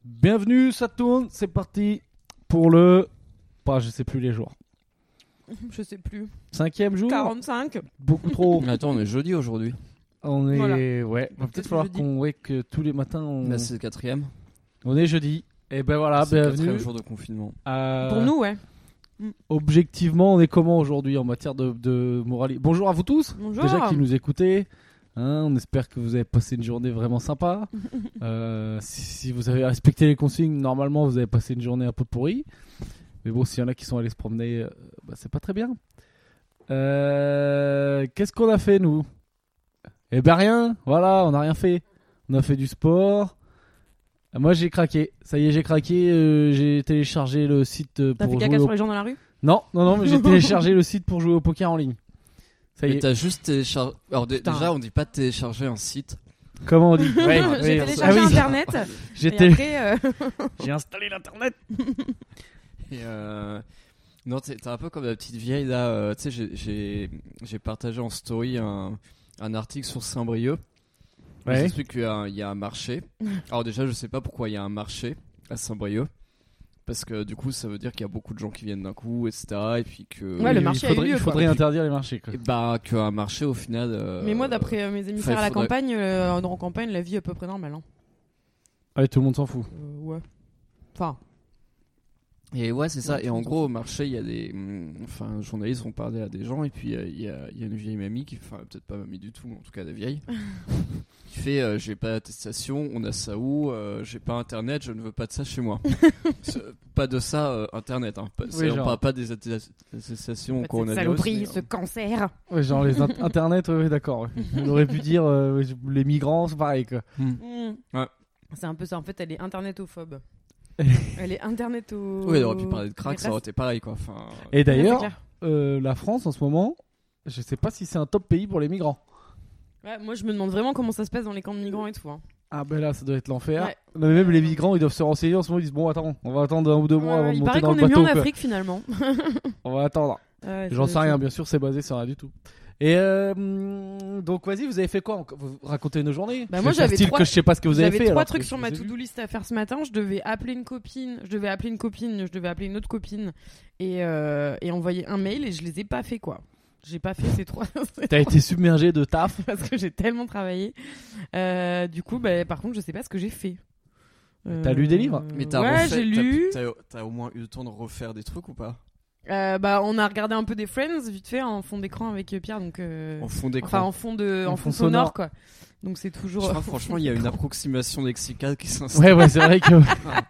Bienvenue, ça tourne, c'est parti pour le... je sais plus les jours. Je sais plus. 5e jour 45. Beaucoup trop. Attends, on est jeudi aujourd'hui. On est... Voilà. Ouais, va peut-être falloir que tous les matins, Là, c'est le 4e. on est jeudi. Et ben voilà, C'est le bienvenue. 4e jour de confinement. Pour nous, ouais. Objectivement, on est comment aujourd'hui en matière de moralité? Bonjour à vous tous. Bonjour. Déjà qui nous écoutez. On espère que vous avez passé une journée vraiment sympa. Si vous avez respecté les consignes, normalement vous avez passé une journée un peu pourrie. Mais bon, s'il y en a qui sont allés se promener, c'est pas très bien. Qu'est-ce qu'on a fait nous? Eh ben rien, voilà, on n'a rien fait. On a fait du sport. Moi j'ai craqué, ça y est j'ai craqué, j'ai téléchargé le site T'as fait pour caca jouer sur les gens dans la rue? Non, mais j'ai téléchargé le site pour jouer au poker en ligne. Ça y Mais est. t'as juste téléchargé. Alors, Putain. déjà, on dit pas de télécharger un site. Comment on dit? Ouais, J'ai ouais, téléchargé ah oui. internet. J'ai Et télé- après, J'ai installé l'internet. Et non, t'es un peu comme la petite vieille là. Tu sais, j'ai partagé en story un article sur Saint-Brieuc. Ouais. Il explique qu'il y a un marché. Alors, déjà, je sais pas pourquoi il y a un marché à Saint-Brieuc. Parce que du coup, ça veut dire qu'il y a beaucoup de gens qui viennent d'un coup, etc. Et puis que. Ouais, le marché a eu lieu, Il quoi. faudrait interdire les marchés. Quoi. Et bah, qu'un marché au final. mais moi, d'après mes émissaires enfin, à la faudrait- campagne, en campagne, la vie est à peu près normale. Hein. Allez, tout le monde s'en fout. Ouais. Enfin, Et ouais, c'est ça. Ouais, Et en tout gros, au marché, il y a des. Enfin, journalistes ont parlé à des gens. Et puis, il y a une vieille mamie qui. Enfin, peut-être pas mamie du tout, mais en tout cas, des vieilles. qui fait j'ai pas d'attestation, on a ça où j'ai pas internet, je ne veux pas de ça chez moi. Pas de ça, internet. Hein. Oui, On genre. parle pas des attestations au cette coronavirus. saloperie, mais, ce cancer. Ouais, genre les internet, ouais, d'accord. Ouais. On aurait pu dire les migrants, c'est pareil. Quoi. Ouais. C'est un peu ça. En fait, elle est internetophobe. Elle est interneto. Oui, on aurait pu parler de crack, ça aurait été pareil, quoi. Enfin, Et Ouais, d'ailleurs, c'est clair. la France en ce moment, je sais pas si c'est un top pays pour les migrants. Ouais, moi, je me demande vraiment comment ça se passe dans les camps de migrants et tout. Hein. Ah ben là, ça doit être l'enfer. Ouais. Non, mais même les migrants, ils doivent se renseigner en ce moment. Ils disent bon, attends, on va attendre 1 ou 2 mois avant de il monter paraît dans qu'on le est mieux bateau. en quoi. Afrique finalement. On va attendre. Ouais, J'en sais c'est- rien, bien sûr, c'est basé sur rien du tout. Et donc, vas-y, vous avez fait quoi? Vous racontez nos journées? Bah, Je moi, vais faire j'avais style trois- que je sais pas ce que vous avez fait. J'avais 3 alors trucs que sur je ma vous ai vu. to-do list à faire ce matin. Je devais appeler une copine, je devais appeler une autre copine et envoyer un mail et je les ai pas fait quoi. J'ai pas fait ces 3 T'as été submergé de taf. parce que j'ai tellement travaillé. Du coup, par contre, je sais pas ce que j'ai fait. T'as lu des livres? mais t'as Ouais, refait, j'ai lu. t'as au moins eu le temps de refaire des trucs ou pas? On a regardé un peu des Friends vite fait en fond d'écran avec Pierre, donc En fond d'écran. enfin en fond sonore quoi. Donc c'est Je toujours. crois, franchement, il y a une approximation lexicale qui s'installe. Ouais, c'est vrai que.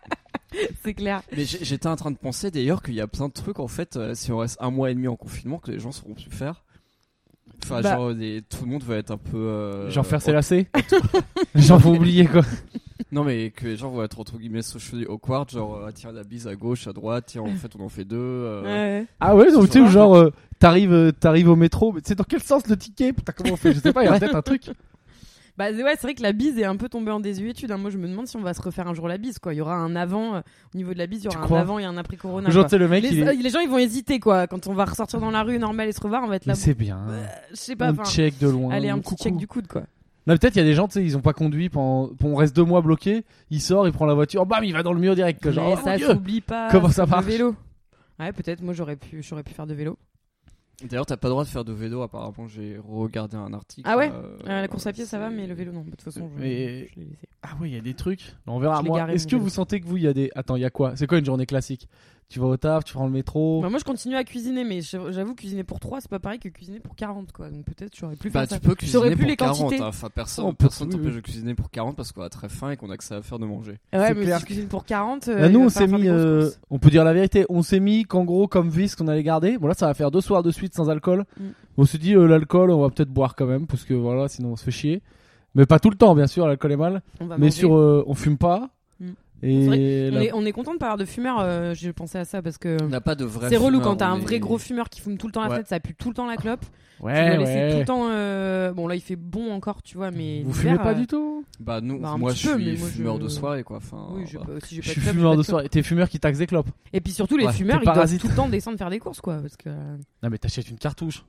C'est clair. Mais j'étais en train de penser d'ailleurs qu'il y a plein de trucs en fait, si on reste 1 mois et demi en confinement, que les gens sauront plus faire. Enfin, Bah. genre, tout le monde va être un peu. Genre faire ses lacets. Genre, faut oublier quoi. Non, mais que les gens vont être entre guillemets socially awkward, genre, tiens, la bise à gauche, à droite, tiens, en fait, on en fait 2. Ouais. Ah ouais, donc tu sais, Genre, genre, t'arrives au métro, mais tu sais dans quel sens le ticket? Putain, comment on fait? Je sais pas, il y a peut-être un truc. Bah ouais, c'est vrai que la bise est un peu tombée en désuétude. Hein. Moi, je me demande si on va se refaire un jour la bise, quoi. Il y aura un avant au niveau de la bise, il y Tu aura un crois avant et un après Corona. Genre, quoi. tu sais, le mec, il est. Les gens, ils vont hésiter, quoi. Quand on va ressortir dans la rue normale et se revoir, on va être là. Mais c'est bien. Je sais pas. On Enfin, check de loin. allez, un petit coucou. check du coude, quoi. Non, peut-être il y a des gens, tu sais, ils ont pas conduit pendant. On reste 2 mois bloqués. Il sort, il prend la voiture, bam, il va dans le mur direct. Quoi. Genre, Mais oh, ça mon Dieu. s'oublie pas. Comment ça c'est marche Le vélo. Ouais, peut-être. Moi, j'aurais pu faire de vélo. D'ailleurs, t'as pas le droit de faire de vélo, apparemment, j'ai regardé un article. Ah ouais La course à pied, ça va, c'est- mais le vélo, non. De toute façon, Mais- je l'ai laissé. Ah oui, il y a des trucs. On verra. Je l'ai Moi, garé, est-ce mon que vélo. vous sentez que vous, il y a des. Attends, il y a quoi? C'est quoi une journée classique? Tu vas au taf, tu prends le métro. Bah, moi, je continue à cuisiner, mais j'avoue, cuisiner pour 3, c'est pas pareil que cuisiner pour 40, quoi. Donc peut-être j'aurais pu Bah, faire tu ça. peux J'aurais cuisiner plus pour les 40. quantités. Hein. Enfin, personne Oui, t'empêche oui. de cuisiner pour 40 parce qu'on a très faim et qu'on a que ça à faire de manger. Ouais, C'est mais clair. si je cuisine pour 40. Là, nous, on s'est mis. On peut dire la vérité. On s'est mis qu'en gros, comme vis qu'on allait garder. Bon, là, ça va faire 2 soirs de suite sans alcool. Mm. On s'est dit, l'alcool, on va peut-être boire quand même. Parce que voilà, sinon on se fait chier. Mais pas tout le temps, bien sûr. L'alcool est mal. Mais on fume pas. Mm. Et la- On est content de pas avoir de fumeur. J'ai pensé à ça parce que On n'a pas de vrai c'est relou fumeur, quand t'as on un vrai est- gros fumeur qui fume tout le temps la Ouais. fenêtre, ça pue tout le temps la clope. Tu Ouais, dois laisser tout ouais. le temps. Bon, là, il fait bon encore, tu vois, mais. Vous l'hiver, fumez pas du tout? Bah, nous, Bah, un moi, petit je peu, suis mais moi, fumeur je- de soirée, quoi. Enfin, Oui, bah. si j'ai Je pas suis de clope, fumeur j'ai de pas soirée. T'es fumeur qui taxe des clopes. Et puis surtout, les Ouais, fumeurs, t'es ils doivent parasite. tout le temps descendre faire des courses, quoi. Parce que. Non, mais t'achètes une cartouche.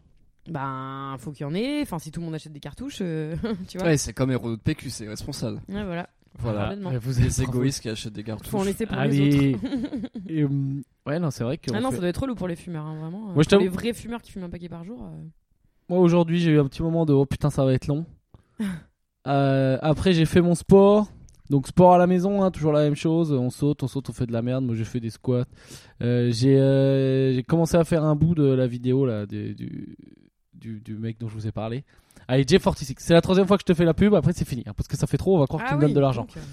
Faut qu'il y en ait. Enfin, si tout le monde achète des cartouches, tu vois. Ouais, c'est comme héros de PQ, c'est responsable. Ouais, voilà. Voilà. Complètement. Et vous Les êtes égoïstes qui achètent des Faut en cartouches. laisser pour les Allez. autres. Et, ouais, non, c'est vrai que. Ah non, ça doit être relou pour les fumeurs, hein, vraiment. Moi, je Pour t'avoue- les vrais fumeurs qui fument un paquet par jour. Moi, aujourd'hui, j'ai eu un petit moment de oh putain, ça va être long. Après, j'ai fait mon sport. Donc, sport à la maison, hein, toujours la même chose. On saute, on fait de la merde. Moi, j'ai fait des squats. J'ai commencé à faire un bout de la vidéo là, du mec dont je vous ai parlé. Allez, J46. C'est la 3e fois que je te fais la pub. Après, c'est fini. Hein, parce que ça fait trop. On va croire que tu me donnes de l'argent. donc,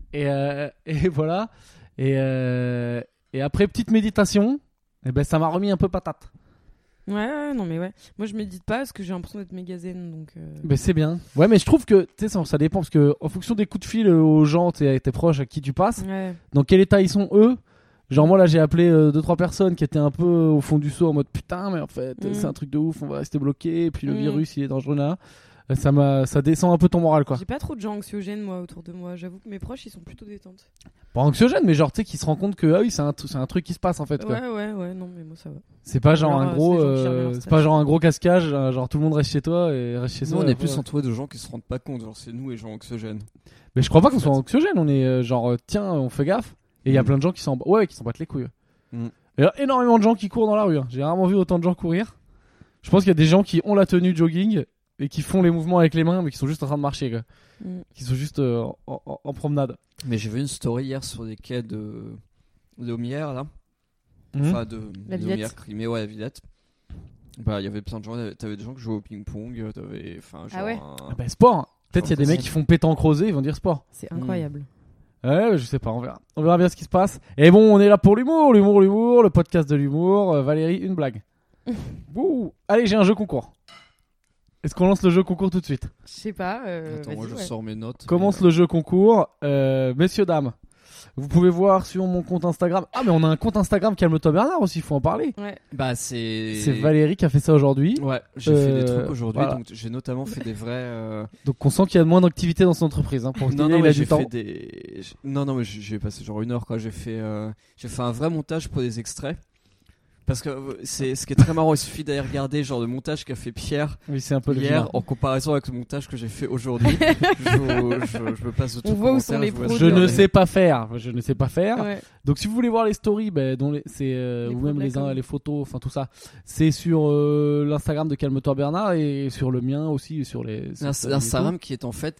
Et voilà. Et après, petite méditation. Et ben, ça m'a remis un peu patate. Ouais, non, mais ouais. Moi, je médite pas parce que j'ai l'impression d'être méga zen. Donc, Ben c'est bien. Ouais, mais je trouve que tu sais, ça dépend parce que en fonction des coups de fil aux gens, tes proches à qui tu passes, ouais. dans quel état ils sont eux. Genre moi là j'ai appelé 2-3 personnes qui étaient un peu au fond du seau en mode putain mais en fait c'est un truc de ouf, on va rester bloqué et puis le virus il est dangereux là. Ça descend un peu ton moral quoi. J'ai pas trop de gens anxiogènes moi autour de moi. J'avoue que mes proches ils sont plutôt détentes. Pas anxiogène mais genre tu sais qui se rend compte que ah oui c'est un truc qui se passe en fait quoi. Ouais, non mais moi ça va. C'est pas genre Alors, un gros c'est les gens qui gèrent bien leur c'est stress. pas genre un gros casquage genre tout le monde reste chez toi et reste chez Nous, soi. on est et plus voilà. entouré de gens qui se rendent pas compte. Genre, c'est nous les gens anxiogènes. Mais je crois pas qu'on soit anxiogène, on est genre tiens, on fait gaffe. Et il y a plein de gens qui s'en battent les couilles. Il y a énormément de gens qui courent dans la rue. Hein. J'ai rarement vu autant de gens courir. Je pense qu'il y a des gens qui ont la tenue de jogging et qui font les mouvements avec les mains, mais qui sont juste en train de marcher, quoi. Qui sont juste en promenade. Mais j'ai vu une story hier sur des quais de Aumières, là. Mhm. Enfin, de La Villette. Aumières, Crimée, ouais, la Villette. Bah, il y avait plein de gens. T'avais des gens qui jouaient au ping-pong. T'avais, enfin, genre. ouais. Ah bah, sport. Peut-être il y a des mecs qui font pétanque rosée, ils vont dire sport. C'est incroyable. Ouais, je sais pas, on verra. On verra bien ce qui se passe. Et bon, on est là pour l'humour, le podcast de l'humour. Valérie, une blague. Bouh. Allez, j'ai un jeu concours. Est-ce qu'on lance le jeu concours tout de suite? Je sais pas. Attends, vas-y, moi je ouais. sors mes notes. Commence le jeu concours. Messieurs, dames, vous pouvez voir sur mon compte Instagram. Ah, mais on a un compte Instagram Calme-toi Bernard aussi, il faut en parler. Ouais. Bah, c'est. C'est Valérie qui a fait ça aujourd'hui. Ouais, j'ai fait des trucs aujourd'hui. voilà. Donc, j'ai notamment fait des vrais. Donc on sent qu'il y a moins d'activité dans son entreprise. Hein, pour Non, il mais a j'ai du temps. fait des. Non, mais j'ai passé genre 1 heure, quoi. J'ai fait un vrai montage pour des extraits. Parce que c'est ce qui est très marrant, il suffit d'aller regarder genre le montage qu'a fait Pierre Oui, c'est un peu le hier film. en comparaison avec le montage que j'ai fait aujourd'hui. je me passe de tout On voit où sont commentaire, les je vois pros Je ça. ne sais pas faire. Je ne sais pas faire. Ouais. Donc si vous voulez voir les stories, c'est ou pros même de la com. les photos, enfin tout ça, c'est sur l'Instagram de Calme-toi Bernard et sur le mien aussi et sur les. L'Instagram qui est en fait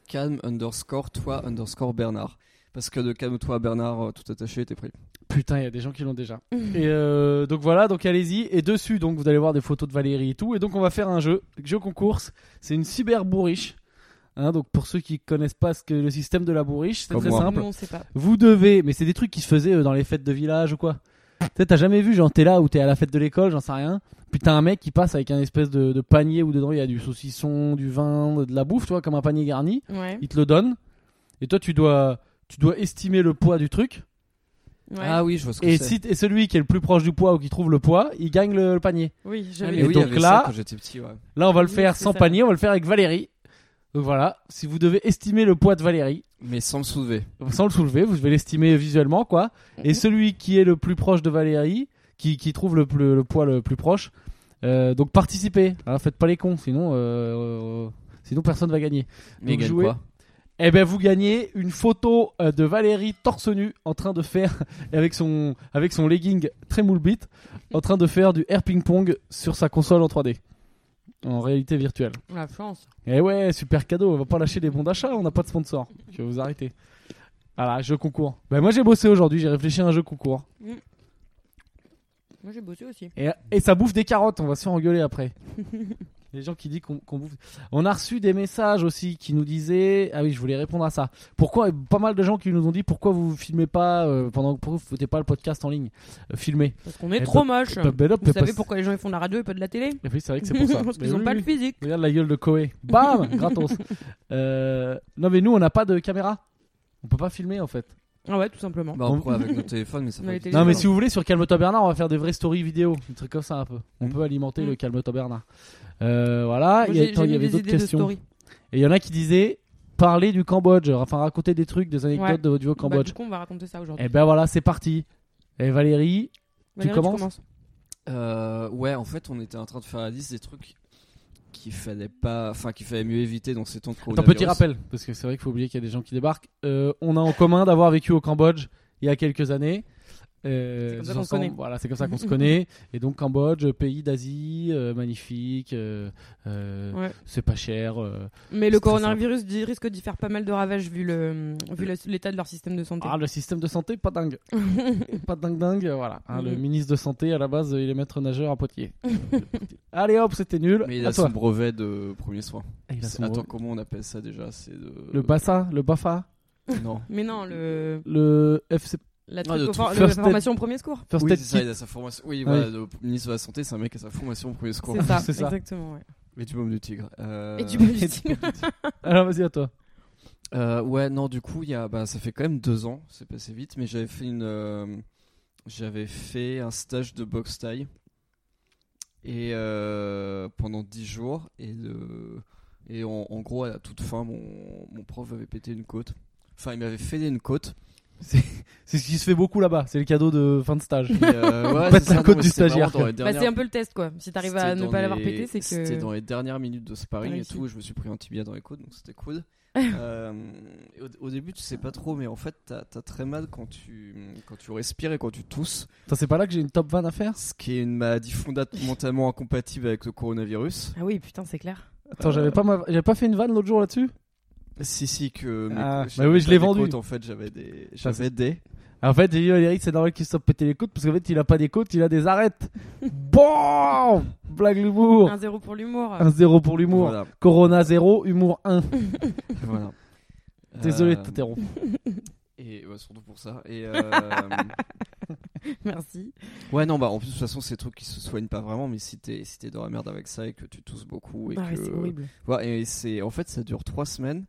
calme_toi_Bernard. Parce que de calme-toi Bernard tout attaché était pris. Putain, il y a des gens qui l'ont déjà. Et donc voilà, donc allez-y. Et dessus, donc vous allez voir des photos de Valérie et tout. Et donc on va faire un jeu concours. C'est une cyberbourriche. Hein, donc pour ceux qui connaissent pas le système de la bourriche, c'est Comme très moi. simple. Nous, on sait pas. Vous devez, mais c'est des trucs qui se faisaient dans les fêtes de village ou quoi. Tu sais, t'as jamais vu, genre t'es là ou t'es à la fête de l'école, j'en sais rien. Puis t'as un mec qui passe avec un espèce de panier où dedans il y a du saucisson, du vin, de la bouffe, tu vois, comme un panier garni. Ouais. Il te le donne. Et toi tu dois estimer le poids du truc. Ouais. Ah oui, je vois ce que Et, c'est. et celui qui est le plus proche du poids ou qui trouve le poids, il gagne le panier. Oui, Ah, j'avais mais Et oui, il y donc avait là- ça quand j'étais petit, ouais. Là on va le Oui, faire c'est sans ça. panier, on va le faire avec Valérie. Donc voilà, si vous devez estimer le poids de Valérie, Mais sans le soulever. sans le soulever, vous devez l'estimer visuellement quoi. Et celui qui est le plus proche de Valérie, qui trouve le poids le plus proche, donc participez. Hein, faites pas les cons, sinon personne va gagner. Mais Donc gagne jouer. quoi? Eh ben vous gagnez une photo de Valérie torse nu en train de faire avec son legging très moule bite en train de faire du air ping pong sur sa console en 3D en réalité virtuelle. La chance. Eh ouais, super cadeau, on va pas lâcher des bons d'achat, on n'a pas de sponsor. Je vais vous arrêter. Voilà, jeu concours. Ben moi j'ai bossé aujourd'hui, j'ai réfléchi à un jeu concours. Moi, j'ai bossé aussi. Et ça bouffe des carottes, on va se faire engueuler après. Les gens qui disent qu'on bouffe. On a reçu des messages aussi qui nous disaient. Ah oui, je voulais répondre à ça. Pourquoi pas mal de gens qui nous ont dit pourquoi vous filmez pas pourquoi vous foutez pas le podcast en ligne filmé. Parce qu'on est Eh, trop moche. Bah, ben, hop, Vous mais savez pas- pourquoi les gens ils font de la radio et pas de la télé? Et oui, c'est vrai que c'est pour ça. Parce Mais qu'ils ont oui, pas oui. le physique. Regarde la gueule de Koé. Bam, gratos. Non mais nous on n'a pas de caméra. On peut pas filmer en fait. Ah ouais, tout simplement. Bah, on pourrait avec notre téléphone, mais ça On a va les vite. téléphones. Non mais si vous voulez sur Calme-toi Bernard, on va faire des vraies stories vidéo, des trucs comme ça un peu. On Mm. peut alimenter Mm. le Calme-toi Bernard. Voilà. Moi, Il j'ai y mis avait des d'autres idées de questions. story. Et il y en a qui disaient parler du Cambodge, enfin raconter des trucs, des anecdotes Ouais. de votre vie au Bah, Cambodge. du coup, on va raconter ça aujourd'hui. Et ben voilà, c'est parti. Et Valérie, Valérie, commences Ouais, en fait, on était en train de faire la liste des trucs qu'il fallait mieux éviter dans ces temps de Attends, coronavirus. petit rappel, parce que c'est vrai qu'il faut oublier qu'il y a des gens qui débarquent. On a en commun d'avoir vécu au Cambodge il y a quelques années. C'est comme ça qu'on se connaît. Voilà, c'est comme ça qu'on se connaît. Et donc Cambodge, pays d'Asie, magnifique, c'est pas cher. Mais le c'est très coronavirus risque d'y faire pas mal de ravages vu l'état de leur système de santé. Ah, le système de santé, pas dingue. Pas dingue, voilà. Hein, le ministre de Santé, à la base, il est maître nageur à Poitiers. Allez hop, c'était nul. Mais il À a toi. son brevet de premier soin. Ah, il a son Attends, brevet. comment on appelle ça déjà? Le BAFA, le BAFA, Non. Mais non, le FC, la le First formation au premier secours. First Oui, Aid c'est ça, Kit. il a sa formation. Oui, Ouais. voilà, le ministre de la Santé, c'est un mec qui a sa formation au premier secours. C'est ça, C'est ça. exactement. Ouais. Et du baume du tigre. Et du ballistique. Alors vas-y à toi. Ouais, non, du coup, ça fait quand même 2 ans, c'est passé vite, mais j'avais fait un stage de boxe thaï et pendant 10 jours et en gros à la toute fin, mon prof avait pété une côte. Enfin, il m'avait fêlé une côte. C'est ce qui se fait beaucoup là-bas, c'est le cadeau de fin de stage. Et, ouais, Pète c'est la ça, côte non, du mais c'est stagiaire, vraiment dans les Bah, dernières- c'est un peu le test quoi. Si t'arrives à C'était ne dans pas l'avoir les- pété, c'est que. C'était dans les dernières minutes de sparring et Réussi. tout. Je me suis pris un tibia dans les côtes, donc c'était cool. Au début, tu sais pas trop, mais en fait, t'as très mal quand tu respires et quand tu tousses. Attends, c'est pas là que j'ai une top van à faire? Ce qui est une maladie fondamentalement incompatible avec le coronavirus. Ah oui, putain, c'est clair. Attends, j'avais pas fait une vanne l'autre jour là-dessus? Si, que. Ah, j'avais bah oui, je pas l'ai des vendu. côtes, en fait, j'avais des. En fait, j'ai dit à Eric, c'est normal qu'il se soit pété les côtes parce qu'en fait, il a pas des côtes, il a des arêtes. Bon, blague l'humour. 1-0 pour l'humour. 1-0 pour l'humour. Voilà. Corona 0, humour 1. Voilà. Désolé de Euh, t'interrompre. Et surtout pour ça. Et Merci. ouais, non, en plus, de toute façon, c'est des trucs qui se soignent pas vraiment, mais si t'es dans la merde avec ça et que tu tousses beaucoup et Ah ouais, que. c'est horrible. Ouais, et en fait, ça dure 3 semaines.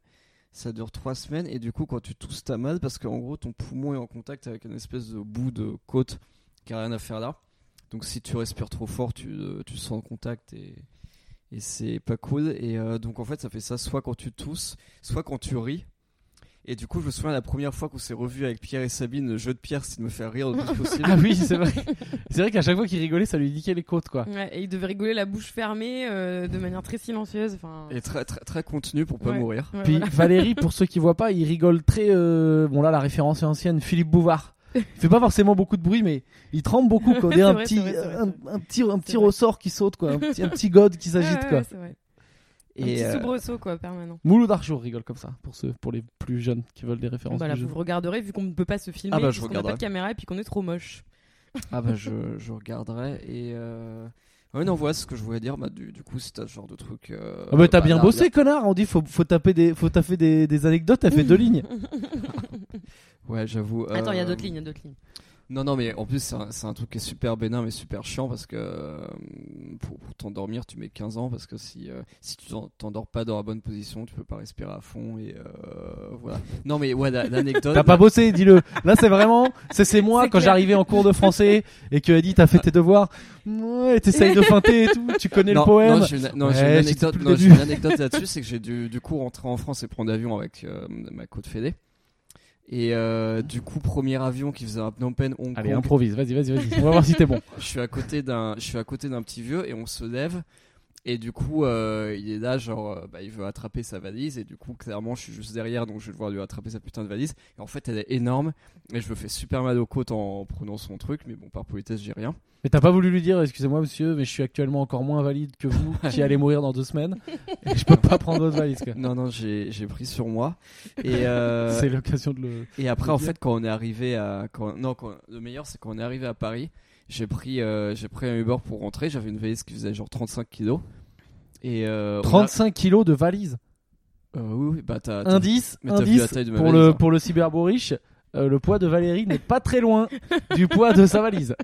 Et du coup, quand tu tousses, t'as mal parce qu'en gros, ton poumon est en contact avec une espèce de bout de côte qui a rien à faire là. Donc, si tu respires trop fort, tu sens le contact et c'est pas cool. Et donc, en fait, ça fait ça soit quand tu tousses, soit quand tu ris. Et du coup, je me souviens la première fois qu'on s'est revus avec Pierre et Sabine, le jeu de Pierre, c'est de me faire rire le plus possible. Ah oui, c'est vrai. C'est vrai qu'à chaque fois qu'il rigolait, ça lui niquait les côtes, quoi. Ouais, et il devait rigoler la bouche fermée de manière très silencieuse. Enfin. Et très, très, très contenu pour pas Ouais. mourir. Ouais, Puis voilà. Valérie, pour ceux qui voient pas, il rigole très. Bon là, la référence est ancienne. Philippe Bouvard. Il fait pas forcément beaucoup de bruit, mais il tremble beaucoup. Quoi. On dirait C'est un vrai, petit, c'est vrai. un petit C'est vrai. ressort qui saute, quoi. Un petit god qui s'agite, Ouais, quoi. ouais, c'est vrai. Un Et petit soubresaut quoi, permanent. Mouloud Archour rigole comme ça, pour les plus jeunes qui veulent des références. Bah là, plus vous jeunes. regarderez vu qu'on ne peut pas se filmer, Ah bah, parce je qu'on n'a pas regarderai. de caméra et puis qu'on est trop moche. Ah bah je regarderai et ouais, non, voilà ce que je voulais dire. Bah du coup, c'est un genre de truc. Ah bah t'as bien là, bossé, connard. On dit faut taffer des anecdotes. T'as fait 2 lignes. Ouais, j'avoue. Attends, il y a d'autres lignes, Non, mais en plus, c'est un truc qui est super bénin, mais super chiant parce que pour t'endormir, tu mets 15 ans parce que si tu t'endors pas dans la bonne position, tu peux pas respirer à fond et voilà. Non, mais ouais, l'anecdote. T'as pas bossé, dis-le. Là, c'est vraiment, c'est moi C'est quand clair. j'arrivais en cours de français et que Eddie t'as fait tes devoirs. Ouais, t'essayes de feinter et tout. Tu connais le poème. Non, j'ai une Ouais, anecdote. j'étais plus Non, le j'ai début. une anecdote là-dessus, c'est que j'ai du coup rentrer en France et prendre l'avion avec ma côte fédé. Et du coup, premier avion qui faisait un Phnom Penh Hong Allez, Kong. improvise. Vas-y. On va voir si t'es bon. Je suis à côté d'un petit vieux et on se lève et du coup il est là genre il veut attraper sa valise et du coup clairement je suis juste derrière donc je vais devoir lui attraper sa putain de valise et en fait elle est énorme et je me fais super mal aux côtes en prenant son truc mais bon par politesse j'ai rien. Mais t'as pas voulu lui dire, excusez-moi monsieur, mais je suis actuellement encore moins valide que vous qui allez mourir dans 2 semaines. Et je peux pas prendre votre valise, quoi. Non j'ai pris sur moi et C'est l'occasion de le. et après de en dire. fait quand on est arrivé le meilleur c'est quand on est arrivé à Paris j'ai pris un Uber pour rentrer, j'avais une valise qui faisait genre 35 kilos et 35 kilos de valise. oui bah t'as Indice mais t'as vu la indice taille de ma pour valise, le hein. pour le cyberbourriche. Le poids de Valérie n'est pas très loin du poids de sa valise.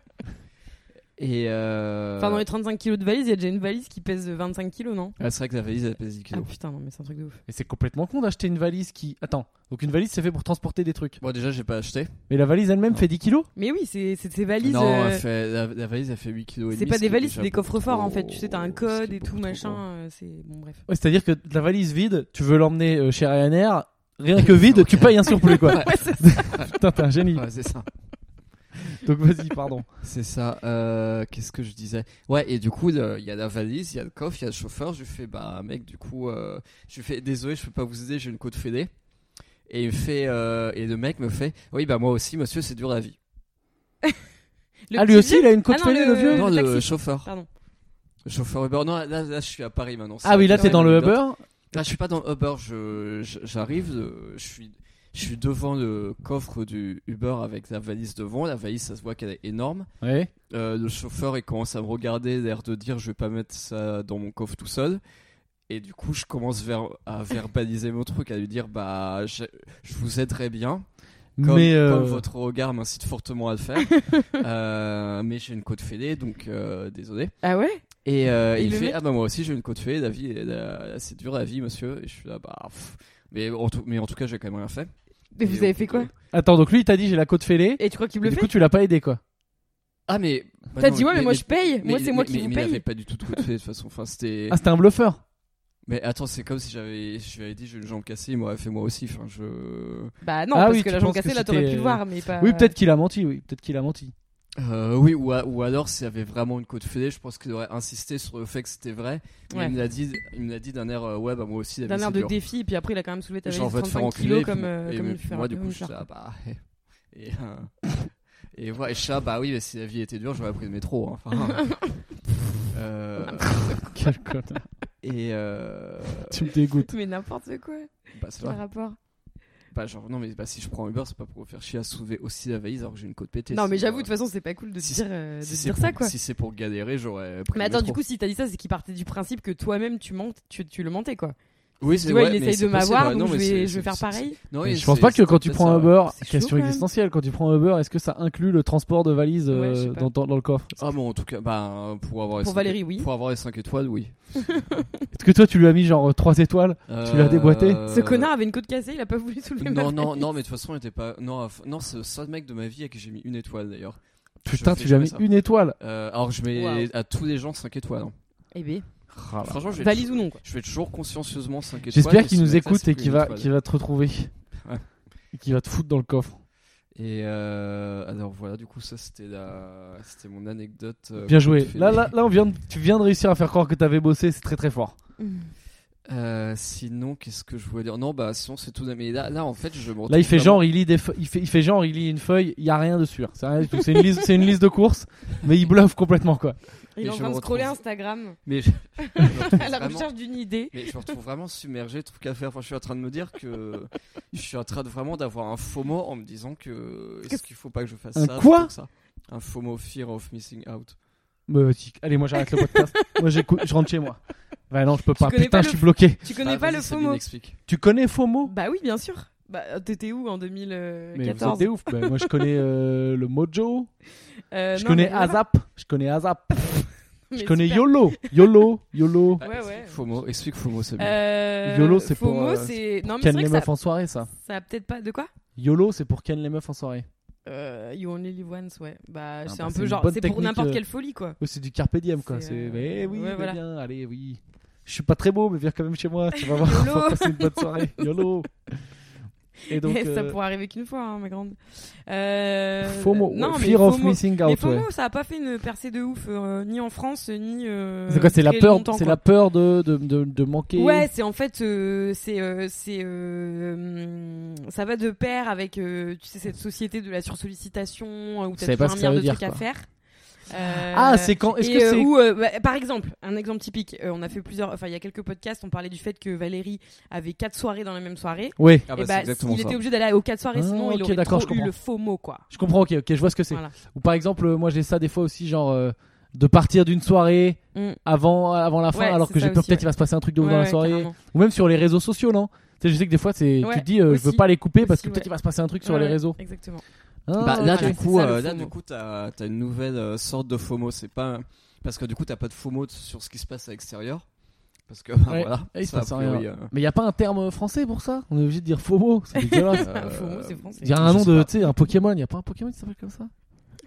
Et Enfin, dans les 35 kilos de valise, il y a déjà une valise qui pèse 25 kilos, non? c'est vrai que la valise elle pèse 10 Ah kilos. putain, non, mais c'est un truc de ouf. Et c'est complètement con d'acheter une valise qui. Attends, donc une valise c'est fait pour transporter des trucs. Bon déjà j'ai pas acheté. Mais la valise elle-même Non. fait 10 kilos. Mais oui, c'est ces valises. Non, la valise elle fait 8 kilos et C'est demi, pas ce des qui est valises, déjà c'est des beaucoup coffres-forts trop- en fait. Tu sais, t'as un ce qui code est et tout beaucoup trop machin. gros. C'est bon, bref. Ouais, c'est-à-dire que la valise vide, tu veux l'emmener chez Ryanair, rien que vide, tu payes un surplus quoi. Ouais, c'est ça. Putain, t'es un génie. Ouais, c'est ça. Donc vas-y, pardon. C'est ça. Qu'est-ce que je disais? Ouais, et du coup, il y a la valise, il y a le coffre, il y a le chauffeur. Je lui fais, bah, mec, du coup, je lui fais, désolé, je peux pas vous aider, j'ai une côte fêlée. Et il me fait, et le mec me fait, oui, bah, moi aussi, monsieur, c'est dur la vie. Lui aussi, il a une côte fêlée, le vieux? Non, le taxi. chauffeur. Pardon. Le chauffeur Uber. Non, là, je suis à Paris maintenant. Ah oui, là, t'es dans le Uber. Uber. Là, je suis pas dans le Uber. J'arrive, je suis devant le coffre du Uber avec la valise devant. La valise, ça se voit qu'elle est énorme. Ouais. Le chauffeur, il commence à me regarder, l'air de dire, je vais pas mettre ça dans mon coffre tout seul. Et du coup, je commence à verbaliser mon truc, à lui dire, bah, je vous aiderai bien. Comme votre regard m'incite fortement à le faire. Mais j'ai une côte fêlée, donc désolé. Ah ouais? Et il le fait, mec- ah bah moi aussi j'ai une côte fêlée, la vie, c'est dur la vie, monsieur. Et je suis là, bah, mais en tout cas, j'ai quand même rien fait. Mais vous avez fait quoi? Attends, donc lui, il t'a dit j'ai la côte fêlée. Et tu crois qu'il Et me le du fait? coup, tu l'as pas aidé, quoi. Ah, mais. bah T'as non, dit ouais, mais moi je paye. Moi, mais- c'est moi mais- qui vous mais il avait paye. pas du tout de côte fêlée de toute façon. Enfin, c'était. Ah, c'était un bluffeur. Mais attends, c'est comme si je lui avais dit j'ai une jambe cassée, il m'aurait fait moi aussi. Enfin, Bah non, Ah parce oui, que tu la jambe penses que cassée, là, t'aurais pu c'était- le voir, mais pas. Oui, peut-être qu'il a menti, oui. Peut-être qu'il a menti. Oui, ou alors s'il y avait vraiment une côte fêlée, je pense qu'il aurait insisté sur le fait que c'était vrai. Mais Ouais. il me l'a dit d'un air, ouais, bah moi aussi, la D'un vie, air c'est de dur. défi, et puis après, il a quand même soulevé ta Genre, valise va te faire 35 enculer. kilos et comme puis- et une puis fer. moi, du coup, je suis là, bah. Et voilà, et je suis là, bah oui, mais si la vie était dure, j'aurais pris le métro. Hein. Enfin, Quel connard. et. Tu me dégoûtes. Mais n'importe quoi. Bah, c'est Quel vrai. rapport? Bah, genre, non, mais bah, si je prends Uber, c'est pas pour me faire chier à soulever aussi la valise alors que j'ai une côte pétée. Non, mais c'est, j'avoue, de toute façon, c'est pas cool de si dire, si de c'est dire pour- ça, quoi. Si c'est pour galérer, j'aurais pris Mais le attends, métro. du coup, si t'as dit ça, c'est qu'il partait du principe que toi-même tu le mentais, quoi. Oui, Tu c'est vois, vrai, il mais essaye c'est de possible, m'avoir, ouais, non, donc mais je c'est- vais faire c'est- pareil. Non, Mais et je pense c'est- pas que c'est quand tu peut-être prends ça. un Uber, C'est question chaud, quand même. existentielle, quand tu prends un Uber, est-ce que ça inclut le transport de valise Ouais, je sais pas. dans le coffre? Ah bon, en tout cas, bah, pour avoir les Pour cinq- Valérie, oui. Pour avoir les 5 étoiles, oui. Est-ce que toi, tu lui as mis genre 3 étoiles? Tu l'as déboîté? Ce connard avait une côte cassée, il a pas voulu soulever ma Non, non, valise. non, mais de toute façon, il était pas. Non, c'est le seul mec de ma vie à qui j'ai mis une étoile d'ailleurs. Putain, Je tu fais lui as jamais mis ça. une étoile. Alors que je mets Waouh. à tous les gens 5 étoiles. Hein. Eh ben, Ah, Franchement, valise ou non, quoi. je fais toujours consciencieusement 5 étoiles. j'espère et qu'il ce nous mec-là, écoute c'est et pris qu'il une va, étoile. qu'il va te retrouver. Ouais. Et qu'il va te foutre dans le coffre. Et alors voilà, du coup, ça c'était mon anecdote. Bien joué. fait Là, tu viens de réussir à faire croire que t'avais bossé, c'est très très fort. Sinon, qu'est-ce que je voulais dire? Non, bah sinon c'est tout. Mais là, en fait, je me retrouve Là, il fait vraiment- genre, il lit il fait genre, il lit une feuille, il y a rien dessus. C'est rien du tout. C'est une liste de courses, mais il bluffe complètement, quoi. Il est Mais en je train de me scroller retrouve- Instagram Mais je me retrouve à la vraiment- recherche d'une idée. Mais je me retrouve vraiment submergé, truc à faire. Enfin, je suis en train de me dire que je suis en train de vraiment d'avoir un FOMO en me disant que est-ce qu'il faut pas que je fasse Un ça quoi plutôt que ça. Un FOMO, fear of missing out. Bah, vas-y. Allez, moi j'arrête le podcast. Moi j'écoute, je rentre chez moi. Bah non, je peux pas. connais Putain, pas je le suis bloqué. Tu connais Bah, pas vas-y, le Sabine, FOMO? explique. Tu connais FOMO? Bah oui, bien sûr. Bah t'étais où en Mais vous 2014? êtes des ouf. Bah, moi je connais le Mojo. Je Non, connais mais voilà. ASAP. Je connais ASAP. Mais Je connais super. YOLO. YOLO. Bah, Ouais, explique ouais. FOMO, explique FOMO, Sabine. YOLO, c'est pour, FOMO, c'est. Non, mais c'est Ken vrai les que meufs ça. en soirée, ça. Ça a peut-être pas. De quoi? YOLO, c'est pour Ken les meufs en soirée. You only live once, ouais. Bah, c'est bah, un c'est peu une genre. bonne C'est pour technique, n'importe quelle folie, quoi. Oui, c'est du carpe diem, quoi. C'est, C'est, mais oui, ouais, mais voilà. bien, allez, oui. Je suis pas très beau, mais viens quand même chez moi. Tu vas voir, on YOLO. va passer une bonne soirée. YOLO. Et donc, Ça pourrait arriver qu'une fois, hein, ma grande. FOMO, non, ouais, mais Fear of FOMO- Missing Mais Out, FOMO, ouais. ça a pas fait une percée de ouf, ni en France, ni. C'est quoi, c'est la très peur, longtemps, c'est quoi. la peur de manquer. Ouais, c'est en fait, ça va de pair avec, tu sais, cette société de la sursollicitation où Je savais t'as pas toujours ce un que ça milliard veut de dire, trucs à quoi. faire. Ah, c'est quand, est-ce Et, que c'est, où, par exemple, un exemple typique, on a fait il y a quelques podcasts, on parlait du fait que Valérie avait 4 soirées dans la même soirée. ouais. Ah Et bah, bah, c'est exactement il ça. était obligé d'aller aux 4 soirées, Ah, sinon il ok, aurait d'accord, trop je eu comprends. le FOMO, quoi. Je comprends, ok, je vois ce que c'est. Voilà. Ou par exemple, moi j'ai ça des fois aussi, genre, de partir d'une soirée Mm. avant la fin, Ouais, alors c'est que j'ai ça peur aussi, peut-être ouais. qu'il va se passer un truc de ouf Ouais, dans la ouais, soirée. carrément. Ou même sur les réseaux sociaux, non? Tu sais, je sais que des fois, Ouais, tu te dis, je veux aussi. pas les couper parce que Aussi, peut-être ouais. il va se passer un truc sur Ouais, les ouais, réseaux. Exactement. Ah, Bah, là, ok. du coup, c'est ça, le FOMO. t'as une nouvelle sorte de FOMO. C'est pas parce que du coup, t'as pas de FOMO sur ce qui se passe à l'extérieur. Parce que bah, Ouais. voilà, Et il se ça, a passe priori, rien. Mais y a pas un terme français pour ça? On est obligé de dire FOMO, c'est dégueulasse. FOMO, c'est français. Il y a un Je nom sais de, pas. tu sais, un Pokémon. Y a pas un Pokémon qui s'appelle comme ça?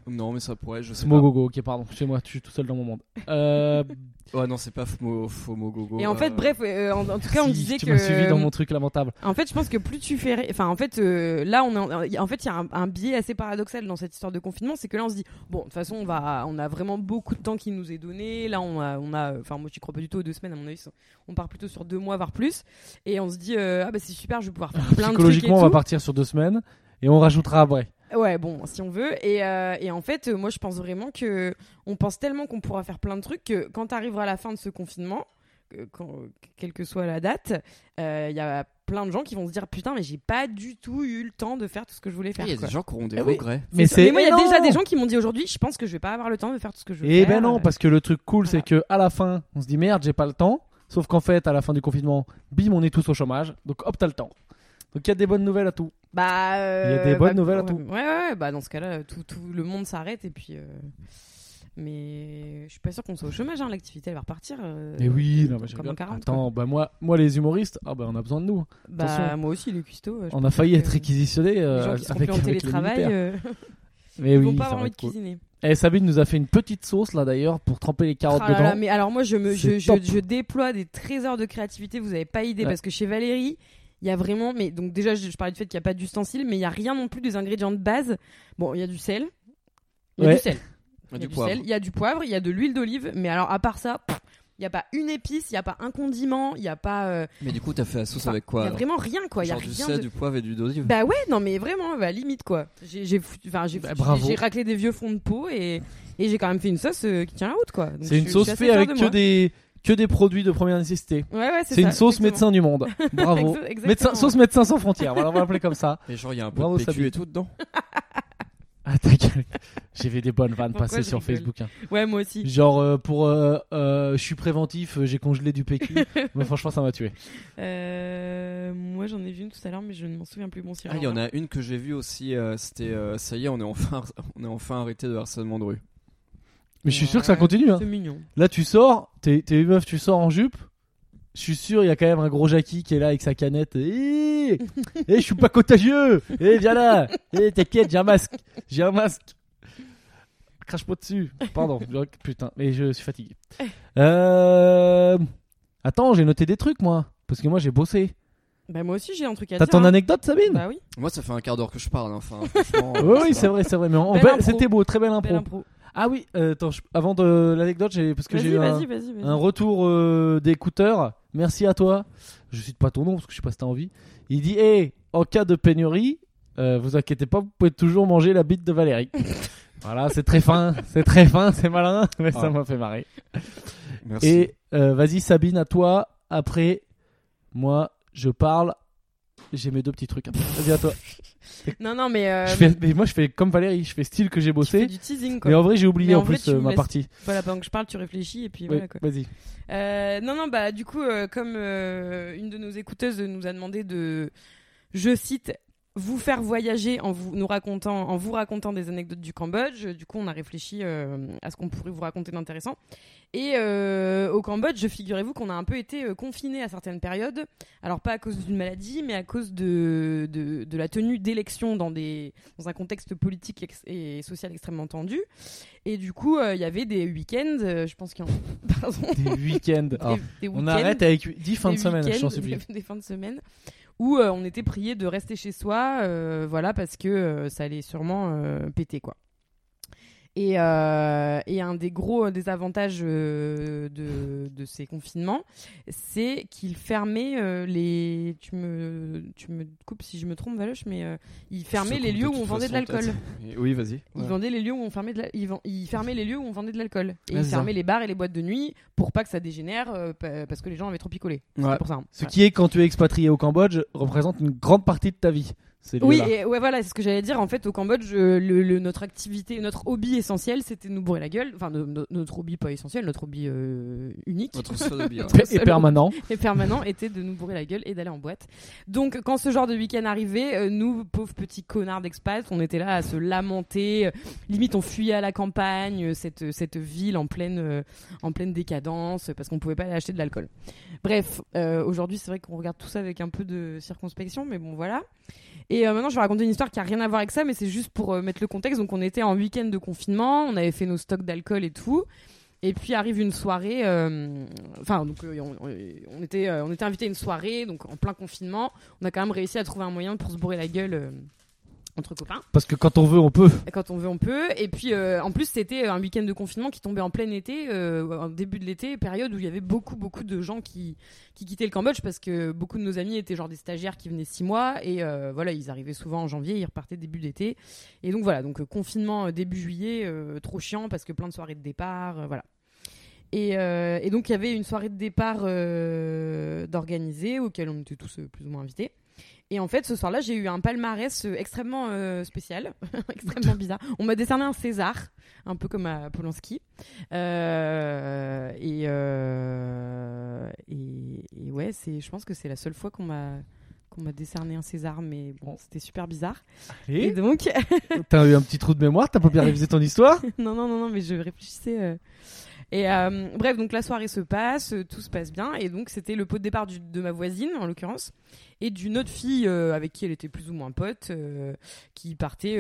Non, mais ça pourrait, je sais Smo pas. Gogo, ok, pardon, chez moi, je suis tout seul dans mon monde. Ouais, non, c'est pas FOMO Gogo. Et en fait, bref, en tout cas, on si, disait tu que. m'as suivi dans mon truc lamentable. En fait, je pense que plus tu fais. Enfin, en fait, là, en fait, il y a un biais assez paradoxal dans cette histoire de confinement, c'est que là, on se dit, bon, de toute façon, on a vraiment beaucoup de temps qui nous est donné. Là, enfin, moi, j'y crois pas du tout aux 2 semaines, à mon avis, on part plutôt sur 2 mois, voire plus. Et on se dit, ah bah c'est super, je vais pouvoir faire plein de trucs. Psychologiquement, on va partir sur 2 semaines et on rajoutera après. Ouais, bon, si on veut. Et en fait, moi, je pense vraiment que on pense tellement qu'on pourra faire plein de trucs que quand t'arriveras à la fin de ce confinement, quelle que soit la date, il y a plein de gens qui vont se dire putain, mais j'ai pas du tout eu le temps de faire tout ce que je voulais faire. Il y a quoi. des gens qui auront des oui. regrets. Mais moi, il y a non. déjà des gens qui m'ont dit aujourd'hui, je pense que je vais pas avoir le temps de faire tout ce que je veux Eh faire. ben non, parce que le truc cool, Voilà. c'est que à la fin, on se dit merde, j'ai pas le temps. Sauf qu'en fait, à la fin du confinement, bim, on est tous au chômage. Donc hop, t'as le temps. Donc il y a des bonnes nouvelles à tout. Bah, Il y a des bonnes nouvelles à ouais, tout. Ouais, bah dans ce cas-là, tout le monde s'arrête et puis. Mais je suis pas sûr qu'on soit au chômage, hein. L'activité elle va repartir. Mais oui, non, mais je comme en rigole. 40. Attends, bah moi les humoristes, on a besoin de nous. Bah, attention. moi aussi, les cuistots. je On a pense failli que être réquisitionnés Les gens qui sont plus en avec les télétravail, militaires. ils Mais oui, vont pas ça avoir va envie de être cool. cuisiner. Et Sabine nous a fait une petite sauce là d'ailleurs pour tremper les carottes Ah là dedans. là, mais alors moi C'est top. je déploie des trésors de créativité, vous avez pas idée, Ouais. parce que chez Valérie, il y a vraiment, mais donc déjà je parlais du fait qu'il n'y a pas d'ustensiles, mais il y a rien non plus des ingrédients de base. Bon, il y a du sel, il y a Ouais. du sel, Il y a il y a du du poivre. sel, il y a du poivre, il y a de l'huile d'olive, mais alors à part ça, il y a pas une épice, il y a pas un condiment, il y a pas, Mais du coup, t'as fait la sauce enfin, avec il quoi y a alors vraiment rien quoi, il y a Genre du rien sel, de. du poivre et du d'olive. Bah ouais, non mais vraiment, bah, limite quoi. J'ai bravo. raclé des vieux fonds de peau et j'ai quand même fait une sauce qui tient la route quoi. Donc, C'est une je sauce suis assez faite fière avec de que moi. des produits de première nécessité. Ouais, C'est une ça, sauce exactement. médecin du monde. Bravo. Exactement. Sauce médecin sans frontières. Voilà, on va l'appeler comme ça. Et genre, il y a un peu Bravo, de PQ Sabine. et tout dedans. Ah ta gueule. J'ai vu des bonnes vannes Pourquoi passer je sur rigole Facebook. Hein. Ouais, moi aussi. Genre je suis préventif, j'ai congelé du PQ. Mais franchement ça m'a tué. Moi, j'en ai vu une tout à l'heure, mais je ne m'en souviens plus. Bon, si, Ah, il y en a une que j'ai vue aussi. C'était ça y est, on est enfin arrêté de harcèlement de rue. Mais je suis sûr que ça continue. Hein. C'est mignon. Là tu sors, t'es une meuf, tu sors en jupe. Je suis sûr, il y a quand même un gros Jackie qui est là avec sa canette. Je suis pas contagieux. Viens là. T'inquiète, j'ai un masque. Crache pas dessus. Pardon. Putain, mais je suis fatigué. Attends, j'ai noté des trucs moi. Parce que moi j'ai bossé. Bah, moi aussi, j'ai un truc à T'as dire. ton hein. anecdote, Sabine? Bah oui, Moi, ça fait un quart d'heure que je parle. Hein. Enfin, franchement. Oui, c'est vrai. Mais Belle impro. c'était beau, très belle impro. belle impro. Ah oui, attends, avant de l'anecdote, parce que j'ai eu Vas-y. un retour d'écouteurs. Merci à toi. Je cite pas ton nom parce que je sais pas si t'as envie. Il dit en cas de pénurie, vous inquiétez pas, vous pouvez toujours manger la bite de Valérie. Voilà, c'est très fin, c'est malin, mais ça m'a fait marrer. Merci. Et vas-y Sabine, à toi. Après, moi, je parle. J'ai mes 2 petits trucs. Vas-y à toi. Non, mais. Mais moi, je fais comme Valérie. Je fais style que j'ai Tu fais bossé. du teasing, quoi. Mais en vrai, j'ai oublié Mais en en vrai, plus tu me ma laisses- partie. Voilà, pendant que je parle, tu réfléchis, et puis Oui, voilà, quoi. vas-y. Non, bah, du coup, comme une de nos écouteuses nous a demandé de, je cite, vous faire voyager en vous racontant des anecdotes du Cambodge. Du coup, on a réfléchi à ce qu'on pourrait vous raconter d'intéressant. Et au Cambodge, figurez-vous qu'on a un peu été confinés à certaines périodes. Alors, pas à cause d'une maladie, mais à cause de la tenue d'élections dans un contexte politique et social extrêmement tendu. Et du coup, il y avait des week-ends, je pense qu'il y en a... Pardon. Des week-ends. Alors, Des on week-ends, arrête avec 10 fins de des semaine, je t'en week-ends, supplie. des fins de semaine où on était priés de rester chez soi, voilà, parce que ça allait sûrement péter, quoi. Et un des gros désavantages de ces confinements, c'est qu'ils fermaient les... Tu me coupes si je me trompe, Valoche, mais ils fermaient les lieux où on vendait de l'alcool. Oui, vas-y. Ils vendaient les lieux où on fermait ils fermaient les lieux où on vendait de l'alcool. Et Ouais, ils c'est fermaient les bars et les boîtes de nuit pour pas que ça dégénère, parce que les gens avaient trop picolé. Ouais. C'est pour ça. Hein. Ce qui est, quand tu es expatrié au Cambodge, représente une grande partie de ta vie. Ces Oui, lieux-là. et ouais, voilà, c'est ce que j'allais dire. En fait, au Cambodge, notre activité, notre hobby essentiel, c'était de nous bourrer la gueule. Enfin, notre hobby pas essentiel, notre hobby unique. Notre seul hobby. Ouais. Et permanent. Et permanent était de nous bourrer la gueule et d'aller en boîte. Donc, quand ce genre de week-end arrivait, nous, pauvres petits connards d'expats, on était là à se lamenter. Limite, on fuyait à la campagne, cette ville en pleine décadence, parce qu'on pouvait pas aller acheter de l'alcool. Bref, aujourd'hui, c'est vrai qu'on regarde tout ça avec un peu de circonspection, mais bon, voilà. Et maintenant, je vais raconter une histoire qui a rien à voir avec ça, mais c'est juste pour mettre le contexte. Donc, on était en week-end de confinement, on avait fait nos stocks d'alcool et tout. Et puis arrive une soirée. On était invités à une soirée, donc en plein confinement. On a quand même réussi à trouver un moyen pour se bourrer la gueule entre copains. Parce que quand on veut, on peut. Et quand on veut, on peut. Et puis, en plus, c'était un week-end de confinement qui tombait en plein été, en début de l'été, période où il y avait beaucoup de gens qui quittaient le Cambodge parce que beaucoup de nos amis étaient genre des stagiaires qui venaient 6 mois et voilà, ils arrivaient souvent en janvier, ils repartaient début d'été. Et donc voilà, confinement début juillet, trop chiant parce que plein de soirées de départ, voilà. Et donc il y avait une soirée de départ d'organiser auquel on était tous plus ou moins invités. Et en fait, ce soir-là, j'ai eu un palmarès extrêmement spécial, extrêmement bizarre. On m'a décerné un César, un peu comme à Polanski. Et ouais, je pense que c'est la seule fois qu'on m'a décerné un César, mais bon, c'était super bizarre. Et donc... T'as eu un petit trou de mémoire, t'as pas bien révisé ton histoire? Non, mais je réfléchissais... Et bref, donc la soirée se passe, tout se passe bien, et donc c'était le pot de départ de ma voisine en l'occurrence, et d'une autre fille avec qui elle était plus ou moins pote, qui partait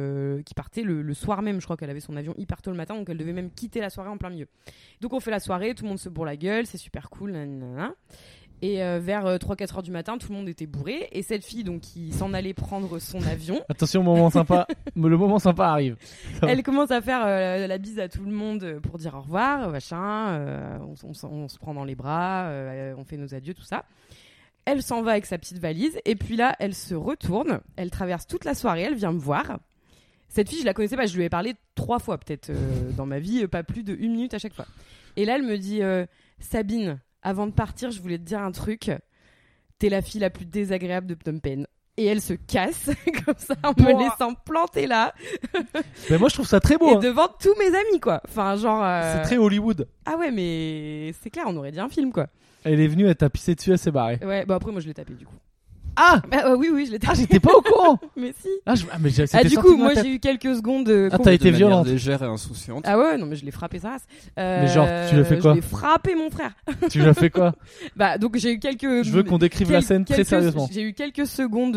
le soir même. Je crois qu'elle avait son avion hyper tôt le matin, donc elle devait même quitter la soirée en plein milieu. Donc on fait la soirée, tout le monde se bourre la gueule, c'est super cool, nanana. Et vers 3-4 heures du matin, tout le monde était bourré. Et cette fille, donc, qui s'en allait prendre son avion. Attention, moment sympa. Le moment sympa arrive. Elle commence à faire la bise à tout le monde pour dire au revoir, machin. On se prend dans les bras, on fait nos adieux, tout ça. Elle s'en va avec sa petite valise. Et puis là, elle se retourne. Elle traverse toute la soirée. Elle vient me voir. Cette fille, je la connaissais pas. Je lui ai parlé 3 fois, peut-être, dans ma vie. Pas plus de 1 minute à chaque fois. Et là, elle me dit Sabine, avant de partir, je voulais te dire un truc. T'es la fille la plus désagréable de Phnom Penh. Et elle se casse, comme ça, en me laissant planter là. Mais moi, je trouve ça très beau. Et devant tous mes amis, quoi. Enfin, genre... C'est très Hollywood. Ah ouais, mais c'est clair, on aurait dit un film, quoi. Elle est venue, elle t'a pissé dessus, elle s'est barrée. Ouais, bah après, moi, je l'ai tapé, du coup. Ah oui, je l'ai tapé. Ah, j'étais pas au courant. Mais si. Mais c'était du coup, moi, j'ai eu quelques secondes... t'as été violente. Légère et insouciante. Ah ouais, non, mais je l'ai frappé sa race. Mais genre, tu l'as fait quoi? Je l'ai frappé, mon frère. Tu l'as fait quoi? Bah, donc j'ai eu quelques... Je veux qu'on décrive la scène très sérieusement. J'ai eu quelques secondes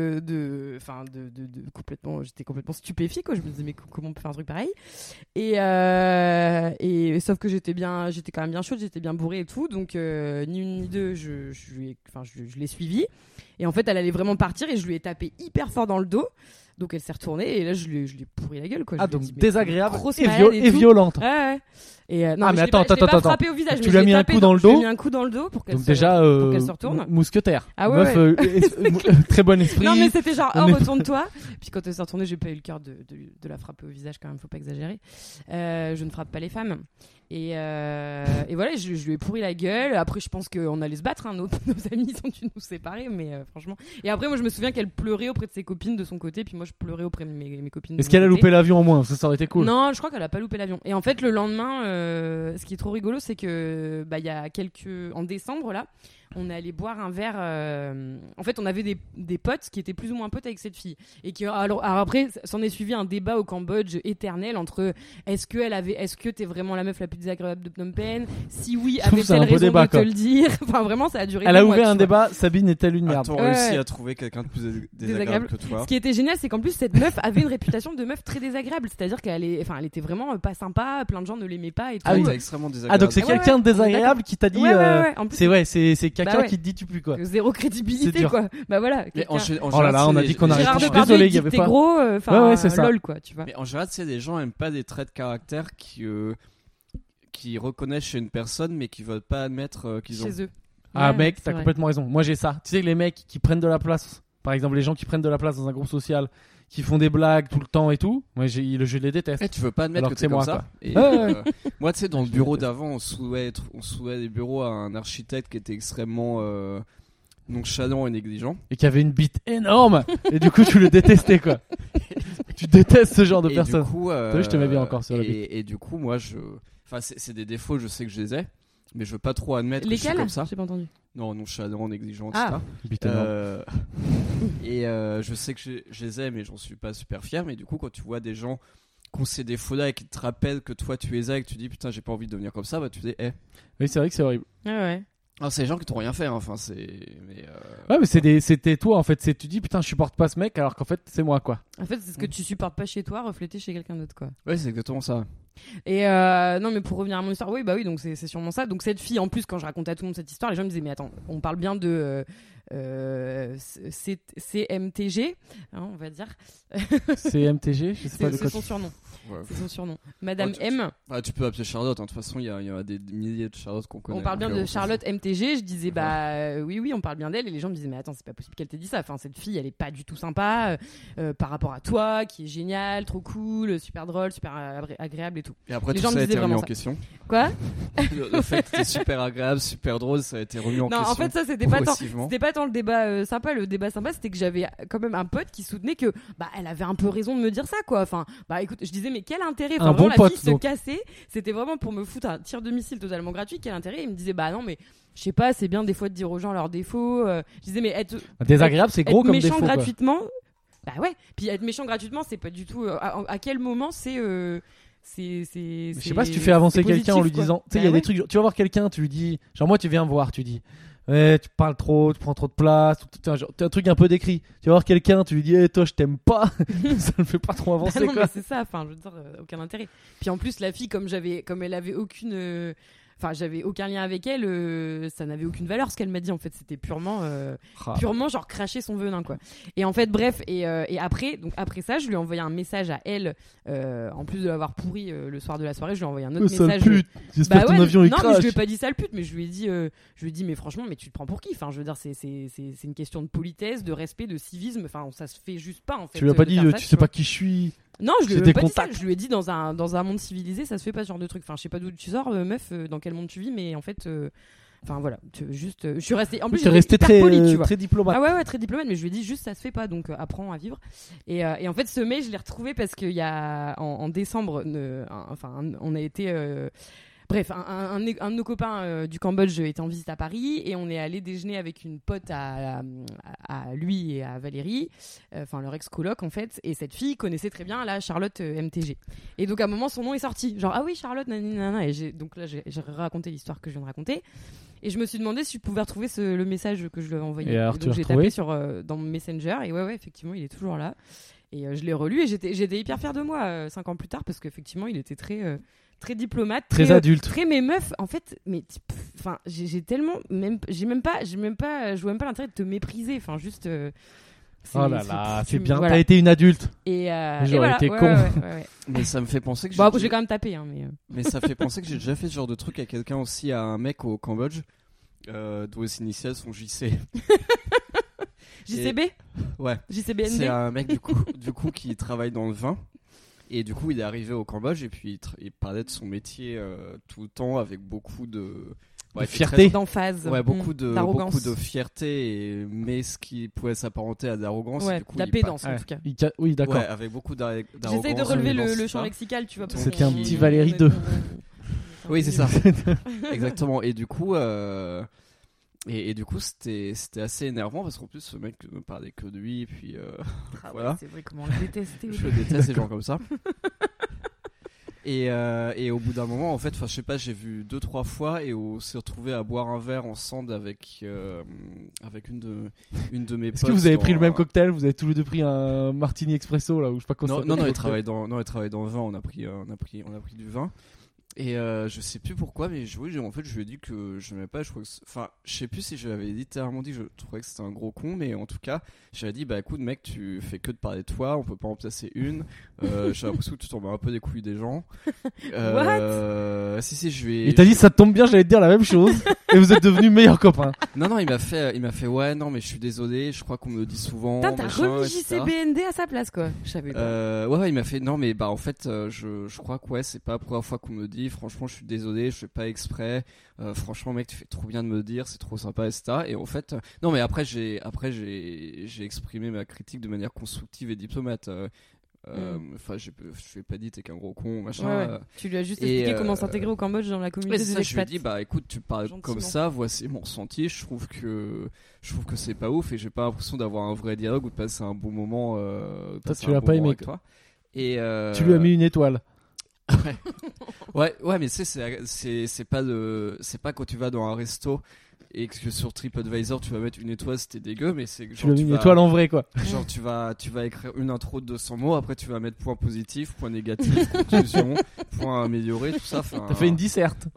complètement... J'étais complètement stupéfiée, quoi. Je me disais, mais comment on peut faire un truc pareil? Et sauf que j'étais quand même bien chaude, j'étais bien bourrée et tout. Donc, ni une ni deux, je l'ai suivie. Et en fait, elle allait vraiment partir et je lui ai tapé hyper fort dans le dos. Donc elle s'est retournée et là je lui ai pourri la gueule, quoi. Ah, donc désagréable et violente. Ouais. Et non, mais attends. Frappé au visage, tu lui as mis un coup dans le dos. Je lui ai mis un coup dans le dos pour qu'elle se retourne. Mousquetaire. Ah ouais. Meuf, très bon esprit. Non mais c'était genre retourne-toi. Puis quand elle s'est retournée, j'ai pas eu le cœur de la frapper au visage quand même, faut pas exagérer. Je ne frappe pas les femmes. Et voilà, je lui ai pourri la gueule. Après, je pense qu'on allait se battre, hein. Nos amis ont dû nous séparer, mais franchement. Et après, moi, je me souviens qu'elle pleurait auprès de ses copines de son côté, puis moi, je pleurais auprès de mes copines. Est-ce qu'elle a loupé l'avion au moins? Ça aurait été cool. Non, je crois qu'elle a pas loupé l'avion. Et en fait, le lendemain, ce qui est trop rigolo, c'est que il y a en décembre là, on est allé boire un verre. En fait, on avait des potes qui étaient plus ou moins potes avec cette fille, et qui alors après, s'en est suivi un débat au Cambodge éternel entre est-ce que t'es vraiment la meuf la plus désagréable de Phnom Penh? Si oui, avait-elle raison de te le dire? Enfin, vraiment, ça a duré. Elle a ouvert un débat. Sabine est-elle une merde? A-t-on réussi à trouver quelqu'un de plus désagréable que toi? Ce qui était génial, c'est qu'en plus cette meuf avait une réputation de meuf très désagréable, c'est-à-dire elle était vraiment pas sympa, plein de gens ne l'aimaient pas et tout. Ah oui, extrêmement désagréable. Ah, donc c'est quelqu'un de désagréable qui t'a dit. C'est quelqu'un qui te dit tu pues, quoi. Zéro crédibilité, quoi. Bah voilà. Oh là là, on a dit qu'on arrêtait. Je suis désolé, il y avait pas. Gros, ouais, c'est ça. Lol, quoi, tu vois. Mais en général, les gens aiment pas des traits de caractère qui reconnaissent chez une personne, mais qui veulent pas admettre qu'ils ont. Chez eux. Ah mec, t'as complètement raison. Moi j'ai ça. Tu sais, les mecs qui prennent de la place, par exemple les gens qui prennent de la place dans un groupe social, qui font des blagues tout le temps et tout, moi je les déteste. Tu veux pas admettre que t'es comme ça. Et, moi tu sais, dans le bureau d'avant, on souhaitait des bureaux à un architecte qui était extrêmement nonchalant et négligent. Et qui avait une bite énorme. Et du coup tu le détestais, quoi. Tu détestes ce genre de personne. Du coup, je te mets bien encore sur la bite. Et du coup, moi c'est des défauts, je sais que je les ai. Mais je veux pas trop admettre que je suis comme ça. J'ai pas entendu. Non, nonchalant, négligent, etc. Et je sais que je les ai, mais j'en suis pas super fier. Mais du coup, quand tu vois des gens qui ont ces défauts-là et qui te rappellent que toi tu les as et que tu dis putain, j'ai pas envie de devenir comme ça, bah tu dis, Oui, c'est vrai que c'est horrible. Ouais. Ah, c'est les gens qui t'ont rien fait, hein. Enfin, c'est. Mais, Ouais, mais c'était toi en fait. Tu dis putain, je supporte pas ce mec alors qu'en fait c'est moi quoi. En fait, c'est ce que tu supportes pas chez toi, reflété chez quelqu'un d'autre, quoi. Ouais, c'est exactement ça. Et non, mais pour revenir à mon histoire, oui, bah oui, donc c'est sûrement ça. Donc cette fille, en plus, quand je racontais à tout le monde cette histoire, les gens me disaient, mais attends, on parle bien de CMTG, hein, on va dire. C'est MTG, je sais pas de quoi. C'est son surnom. Ouais. C'est son surnom. Madame Ouais, M. Tu peux appeler Charlotte, hein. De toute façon, il y a des milliers de Charlotte qu'on connaît. On parle bien donc, de Charlotte MTG. Je disais, Ouais. oui, on parle bien d'elle. Et les gens me disaient, mais attends, c'est pas possible qu'elle t'ait dit ça. Enfin, cette fille, elle est pas du tout sympa par rapport à toi, qui est géniale, trop cool, super drôle, super agréable et tout. Et après, Les tout gens ça me a disaient été remis vraiment en ça. question. Quoi? Le fait que t'es super agréable, super drôle, ça a été remis en Non, question. en fait, ça, c'était pas tant. progressivement. C'était pas tant le débat sympa. Le débat sympa, c'était que j'avais quand même un pote qui soutenait que, elle avait un peu raison de me dire ça, quoi. Enfin, écoute, je disais, mais quel intérêt? Enfin, Un vraiment, bon la pote, fille donc. se cassait. C'était vraiment pour me foutre un tir de missile totalement gratuit. Quel intérêt? Il me disait, non, mais je sais pas, c'est bien des fois de dire aux gens leurs défauts. Je disais, mais Désagréable, c'est gros être comme méchant défaut. Quoi. gratuitement. Bah ouais. Puis être méchant gratuitement, c'est pas du tout. À quel moment c'est. Je sais pas si tu fais avancer quelqu'un en lui disant, tu sais, il y a des trucs, tu vas voir quelqu'un, tu lui dis, genre moi tu viens me voir, tu dis, ouais, tu parles trop, tu prends trop de place, t'as un truc un peu décrit. Tu vas voir quelqu'un, tu lui dis, toi je t'aime pas, ça ne fait pas trop avancer non, quoi. mais c'est ça, enfin, je veux dire, aucun intérêt. Puis en plus, la fille, comme elle avait aucune. Enfin, j'avais aucun lien avec elle, ça n'avait aucune valeur ce qu'elle m'a dit en fait, c'était purement genre cracher son venin quoi. Et en fait, bref, et après ça, je lui ai envoyé un message à elle, en plus de l'avoir pourri le soir de la soirée, je lui ai envoyé un autre Sale message. pute, j'espère que ton avion il non, crache. mais je lui ai pas dit sale pute, mais je lui ai dit, mais franchement, mais tu te prends pour qui? Enfin, je veux dire, c'est une question de politesse, de respect, de civisme. Enfin, ça se fait juste pas en fait. Tu lui as pas de dit, faire ça, tu sais pas qui je suis. Non, je lui ai C'était pas dit ça. contact. Je lui ai dit dans un monde civilisé, ça se fait pas ce genre de truc. Enfin, je sais pas d'où tu sors, meuf, dans quel monde tu vis, mais en fait, enfin voilà, je suis restée. En plus, Tu es resté hyper polie, tu vois. très diplomate. Ah ouais, très diplomate, mais je lui ai dit juste ça se fait pas, donc apprends à vivre. Et en fait, ce mail, je l'ai retrouvé parce qu'il y a en décembre, on a été. Bref, un de nos copains du Cambodge était en visite à Paris et on est allé déjeuner avec une pote à lui et à Valérie, enfin leur ex-coloc en fait, et cette fille connaissait très bien la Charlotte MTG. Et donc à un moment son nom est sorti, genre ah oui Charlotte nanana, et donc là j'ai raconté l'histoire que je viens de raconter. Et je me suis demandé si je pouvais retrouver le message que je lui avais envoyé. Et alors, donc j'ai tapé dans mon Messenger et ouais effectivement il est toujours là. Et je l'ai relu et j'étais hyper fière de moi 5 ans plus tard parce qu'effectivement il était très diplomate, Très adulte. très mes meufs en fait, mais enfin j'ai tellement je vois même pas l'intérêt de te mépriser, enfin juste Oh là là, c'est bien, voilà. t'as été une adulte. Et J'aurais voilà, été ouais, con. ouais. Mais ça me fait penser que Bon après j'ai quand même tapé hein, mais ça fait penser que j'ai déjà fait ce genre de truc à quelqu'un aussi, à un mec au Cambodge, dont les initiales sont JC. JCB Ouais. JCBND. C'est un mec du coup qui travaille dans le vin. Et du coup, il est arrivé au Cambodge et puis il parlait de son métier tout le temps avec beaucoup de fierté. D'emphase. Ouais, beaucoup d'arrogance. de fierté, mais ce qui pouvait s'apparenter à de l'arrogance. Ouais, et du coup, de la il pédance part- en tout cas. Oui, d'accord. Ouais, avec beaucoup d'arrogance. J'essaye de relever dans le ça. champ lexical, tu vois. pour C'était qu'on- un petit Valérie 2. Oui, c'est ça. Exactement. Et du coup, et du coup, c'était assez énervant parce qu'en plus, ce mec ne parlait que de lui. Et puis, Ah ouais, voilà. c'est vrai comment on le détestait. Je déteste les gens comme ça. Et au bout d'un moment, en fait, je sais pas, j'ai vu 2-3 fois et on s'est retrouvé à boire un verre ensemble avec une de mes potes. Est-ce que vous avez pris le même cocktail? cocktail? Vous avez tous les deux pris un martini expresso là, ou je sais pas quoi. Non, il travaille dans le vin. On a pris du vin. Et je sais plus pourquoi, mais en fait, je lui ai dit que je n'aimais pas. Je sais plus si je lui avais littéralement dit que je trouvais que c'était un gros con, mais en tout cas, j'avais dit bah écoute mec, tu fais que de parler de toi, on peut pas en placer une. J'ai l'impression que tu tombes un peu des couilles des gens. Si je lui ai. Il t'a dit ça te tombe bien, j'allais te dire la même chose. Et vous êtes devenus meilleurs copains. Non, il m'a fait ouais, non, mais je suis désolé, je crois qu'on me le dit souvent. Putain, t'as machin, remis etc. JCBND à sa place quoi. Je savais pas. Ouais, il m'a fait non, mais bah en fait, je crois que ouais, c'est pas la première fois qu'on me le dit. Franchement, je suis désolé, je fais pas exprès. Franchement, mec, tu fais trop bien de me le dire, c'est trop sympa, etc. Et en fait, non, mais après j'ai exprimé ma critique de manière constructive et diplomate. Enfin, je lui ai pas dit t'es qu'un gros con, machin. Ouais. Tu lui as juste expliqué comment s'intégrer au Cambodge dans la communauté c'est des ça, je lui ai expats. dit bah écoute, tu parles Gentiment. comme ça, voici mon ressenti. Je trouve que c'est pas ouf et j'ai pas l'impression d'avoir un vrai dialogue ou de passer un bon moment. Tu l'as pas aimé avec toi. Et tu lui as mis une étoile. ouais, mais c'est pas quand tu vas dans un resto et que sur TripAdvisor tu vas mettre une étoile, c'était dégueu, mais c'est Tu genre l'as mis une étoile en vrai, quoi. genre tu vas écrire une intro de 200 mots, après tu vas mettre point positif, point négatif, conclusion, point amélioré, tout ça. T'as fait une disserte.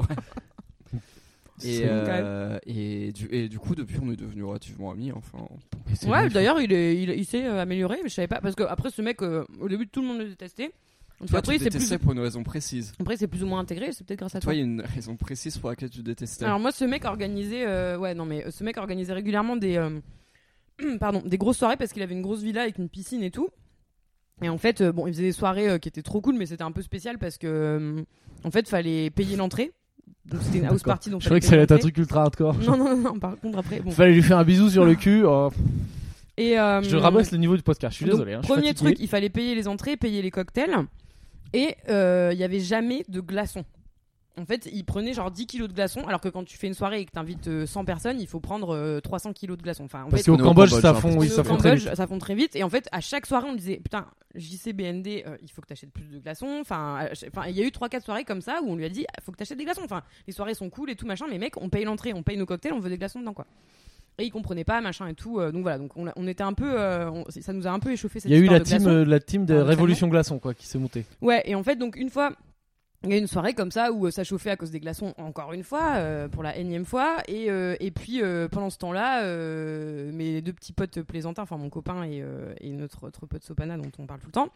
Et du coup, depuis, on est devenus relativement amis. Enfin, Ouais, d'ailleurs, il s'est amélioré, mais je savais pas. Parce que après, ce mec, au début, tout le monde le détestait. Donc toi, après, tu détestais pour une raison précise. Après, c'est plus ou moins intégré, c'est peut-être grâce à toi. Toi, il y a une raison précise pour laquelle tu détestais. Alors, moi, ce mec organisait. Ce mec organisait régulièrement des grosses soirées parce qu'il avait une grosse villa avec une piscine et tout. Et en fait, il faisait des soirées qui étaient trop cool, mais c'était un peu spécial parce que, en fait, fallait payer l'entrée. Donc c'était une house party. Donc je croyais que ça allait être un truc ultra hardcore. Non, par contre, après. Bon. Fallait lui faire un bisou sur le cul. Oh. Et, je rabaisse le niveau du podcast, je suis désolé. Hein, premier truc, il fallait payer les entrées, payer les cocktails. Et il y avait jamais de glaçons. En fait, il prenait genre 10 kilos de glaçons, alors que quand tu fais une soirée et que t'invites 100 personnes, il faut prendre 300 kilos de glaçons. Enfin, parce qu'au Cambodge, ça fond très vite. Ça fond très vite. Et en fait, à chaque soirée, on disait putain, JCBND, il faut que t'achètes plus de glaçons. Enfin, il y a eu 3-4 soirées comme ça où on lui a dit, faut que t'achètes des glaçons. Enfin, les soirées sont cool et tout machin, mais mec, on paye l'entrée, on paye nos cocktails, on veut des glaçons dedans, quoi. Et il comprenait pas, machin et tout. Donc voilà, donc on était un peu, ça nous a un peu échauffé cette histoire de glaçons. Il y a eu la team de Révolution Glaçon, quoi, qui s'est montée. Ouais, et en fait, donc une fois. Il y a une soirée comme ça où ça chauffait à cause des glaçons encore une fois, pour la énième fois. Et puis pendant ce temps-là, mes deux petits potes plaisantins, enfin mon copain et notre autre pote Sopana dont on parle tout le temps,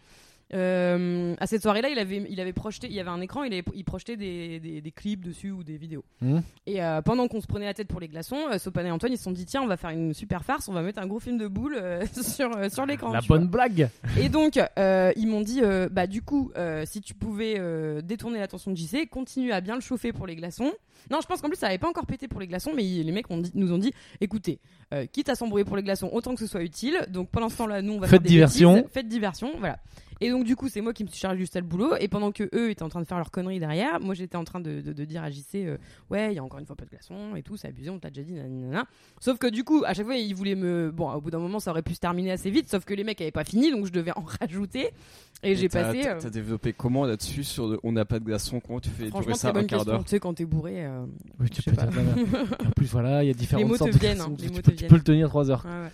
à cette soirée-là, il avait projeté, il y avait un écran, il projetait des clips dessus ou des vidéos. Et pendant qu'on se prenait la tête pour les glaçons, Sopana et Antoine ils se sont dit tiens, on va faire une super farce, on va mettre un gros film de boules sur l'écran. La bonne blague. Et donc ils m'ont dit du coup si tu pouvais détourner l'attention de JC, continue à bien le chauffer pour les glaçons. Non, je pense qu'en plus ça avait pas encore pété pour les glaçons, mais les mecs nous ont dit écoutez, quitte à s'embrouiller pour les glaçons, autant que ce soit utile. Donc pendant ce temps-là, nous on va faire des bêtises, faites diversion, voilà. Et donc du coup c'est moi qui me suis chargé juste à le boulot, et pendant que eux étaient en train de faire leurs conneries derrière, moi j'étais en train de dire à JC ouais il y a encore une fois pas de glaçons et tout, c'est abusé, on te l'a déjà dit, nanana. Sauf que du coup à chaque fois ils voulaient au bout d'un moment ça aurait pu se terminer assez vite, sauf que les mecs avaient pas fini, donc je devais en rajouter. Et j'ai passé. T'as développé comment là-dessus sur on n'a pas de glaçons, comment tu fais durer ça un quart d'heure? Tu sais quand t'es bourré. Oui, tu peux dire. En plus voilà, il y a différentes sortes de glaçons. Tu peux le tenir 3 heures. Ouais.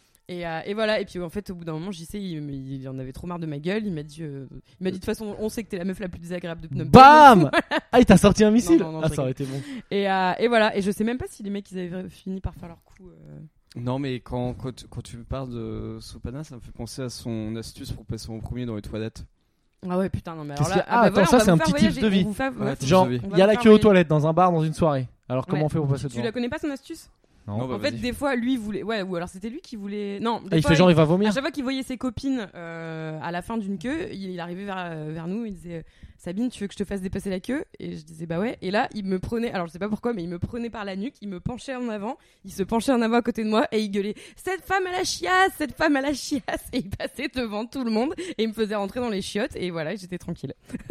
Et voilà, et puis en fait au bout d'un moment JC il en avait trop marre de ma gueule, il m'a dit de toute façon on sait que t'es la meuf la plus désagréable de Phnom Penh. BAM. Ah, il t'a sorti un missile. Non, ça aurait été bon. Et voilà, et je sais même pas si les mecs ils avaient fini par faire leur coup. Non, mais quand tu me parles de Sopana, ça me fait penser à son astuce pour passer en premier dans les toilettes. Ah ouais, putain, non, mais alors là, attends, ça c'est un petit tip de vie. Genre, il y a la queue aux toilettes dans un bar, dans une soirée. Alors comment on fait pour passer devant? Tu la connais pas son astuce? Non, en fait, des fois, lui voulait. Ouais, ou alors c'était lui qui voulait. Non, il fait genre, il va vomir. À chaque fois qu'il voyait ses copines à la fin d'une queue, il arrivait vers nous, il disait Sabine, tu veux que je te fasse dépasser la queue? Et je disais bah ouais. Et là, il me prenait, alors je sais pas pourquoi, mais il me prenait par la nuque, il me penchait en avant, il se penchait en avant à côté de moi et il gueulait cette femme à la chiasse, cette femme à la chiasse. Et il passait devant tout le monde et il me faisait rentrer dans les chiottes et voilà, j'étais tranquille.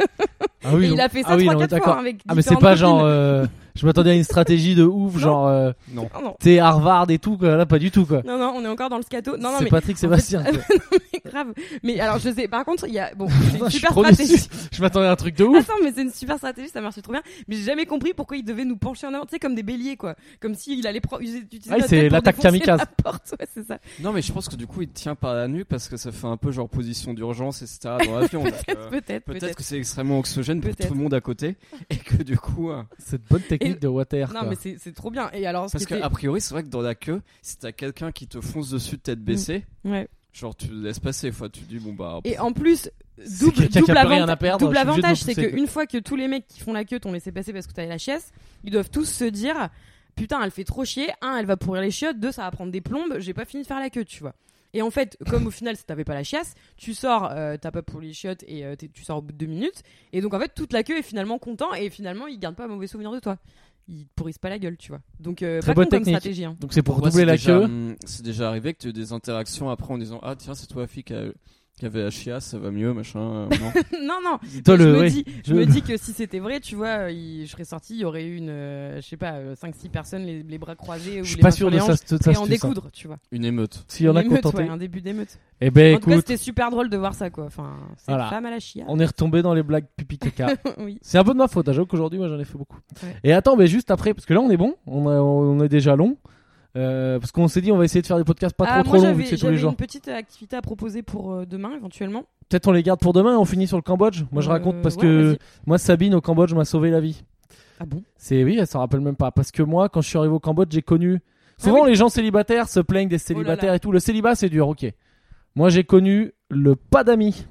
Ah oui, et il a fait ça 3-4 fois avec mais c'est pas genre je m'attendais à une stratégie de ouf, genre non. T'es Harvard et tout quoi. Là pas du tout quoi. Non, on est encore dans le scato. Non, c'est mais Patrick Sébastien. Non, mais grave. Mais alors je sais, par contre, il y a c'est une super stratégie. Je m'attendais à un truc de ouf. Attends, mais c'est une super stratégie, ça marche trop bien. Mais j'ai jamais compris pourquoi il devait nous pencher en avant, tu sais, comme des béliers quoi. Comme s'il allait utiliser c'est l'attaque kamikaze. La porte, ouais, c'est ça. Non, mais je pense que du coup, il te tient par la nuque parce que ça fait un peu genre position d'urgence, etc. dans l'avion. Peut-être que c'est extrêmement oxygène pour tout le monde à côté et que du coup. Cette bonne technique de water. Non, mais c'est trop bien. Et alors, parce qu'a priori, c'est vrai que dans la queue, si t'as quelqu'un qui te fonce dessus tête baissée, genre tu le laisses passer, tu dis bon bah. Et en plus, double avantage, c'est qu'une fois que tous les mecs qui font la queue t'ont laissé passer parce que t'avais la chiasse, ils doivent tous se dire putain, elle fait trop chier. 1, elle va pourrir les chiottes. 2, ça va prendre des plombes. J'ai pas fini de faire la queue, tu vois. Et en fait, comme au final, t'avais pas la chiasse, tu sors, t'as pas pour les chiottes et tu sors au bout de 2 minutes. Et donc en fait, toute la queue est finalement content et finalement, ils gardent pas un mauvais souvenir de toi. Ils pourrissent pas la gueule, tu vois. Donc très bonne technique. Stratégie. Hein. Donc c'est pour doubler la queue. C'est déjà arrivé que tu aies des interactions après en disant ah tiens c'est toi la fille qui a KVHIA, ça va mieux, machin. Non. non. Toi, Je me dis que si c'était vrai, tu vois, je serais sorti, il y aurait eu une, je sais pas, 5-6 personnes, les bras croisés. Je ou suis les pas mains sûr sur de les ça. hanches, et en découdre, tu vois. Une émeute. S'il y en a Une émeute, contenté. ouais, un début d'émeute. Eh ben, En tout cas, écoute, c'était super drôle de voir ça, quoi. Enfin, c'est Voilà. une femme à la chia. on est retombé dans les blagues pipi caca. Oui. C'est un peu de ma faute, j'avoue qu'aujourd'hui, moi, j'en ai fait beaucoup. Ouais. Et attends, mais juste après, parce que là, on est bon, on est déjà long. Parce qu'on s'est dit, on va essayer de faire des podcasts pas trop longs vu que c'est tous les J'avais jours. une petite activité à proposer pour demain, éventuellement. Peut-être on les garde pour demain et on finit sur le Cambodge. Moi, je raconte parce ouais, que vas-y. moi, Sabine au Cambodge m'a sauvé la vie. Ah bon? Oui, elle s'en rappelle même pas. Parce que moi, quand je suis arrivé au Cambodge, j'ai connu. Souvent, les gens célibataires se plaignent des célibataires et tout. Le célibat, c'est dur, ok. Moi, j'ai connu le pas d'amis.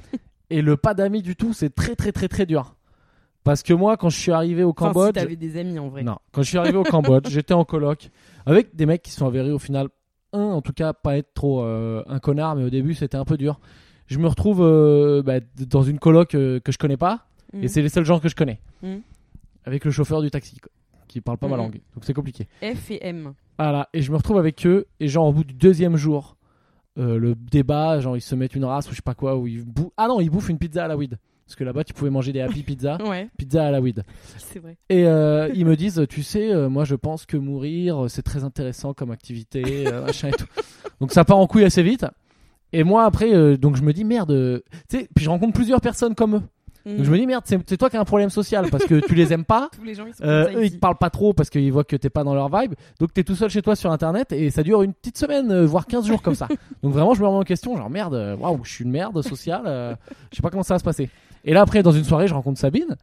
Et le pas d'amis du tout, c'est très, très, très, très dur. Parce que moi, quand je suis arrivé au Cambodge. Enfin, si t'avais des amis en vrai. Non, quand je suis arrivé au Cambodge, j'étais en coloc avec des mecs qui sont avérés au final, en tout cas, pas être trop un connard, mais au début, c'était un peu dur. Je me retrouve dans une coloc que je connais pas, et c'est les seuls gens que je connais. Avec le chauffeur du taxi, quoi, qui parle pas ma langue, donc c'est compliqué. F et M. Voilà, et je me retrouve avec eux, et genre au bout du deuxième jour, le débat, genre ils se mettent une race ou je sais pas quoi, où ils bouffent une pizza à la weed. Parce que là-bas, tu pouvais manger des happy pizza, Ouais, pizza à la weed. c'est vrai. Et ils me disent, tu sais, moi je pense que mourir, c'est très intéressant comme activité, machin et tout. Donc ça part en couille assez vite. Et moi après, donc je me dis merde, tu sais, puis je rencontre plusieurs personnes comme eux. Donc je me dis merde, c'est toi qui as un problème social parce que tu les aimes pas. Tous les gens, ils sont comme ça Eux ils ici. te parlent pas trop parce qu'ils voient que t'es pas dans leur vibe. Donc t'es tout seul chez toi sur internet et ça dure une petite semaine, voire 15 jours comme ça. Donc vraiment, je me remets en question, genre merde, waouh, je suis une merde sociale, je sais pas comment ça va se passer. Et là après, dans une soirée, je rencontre Sabine.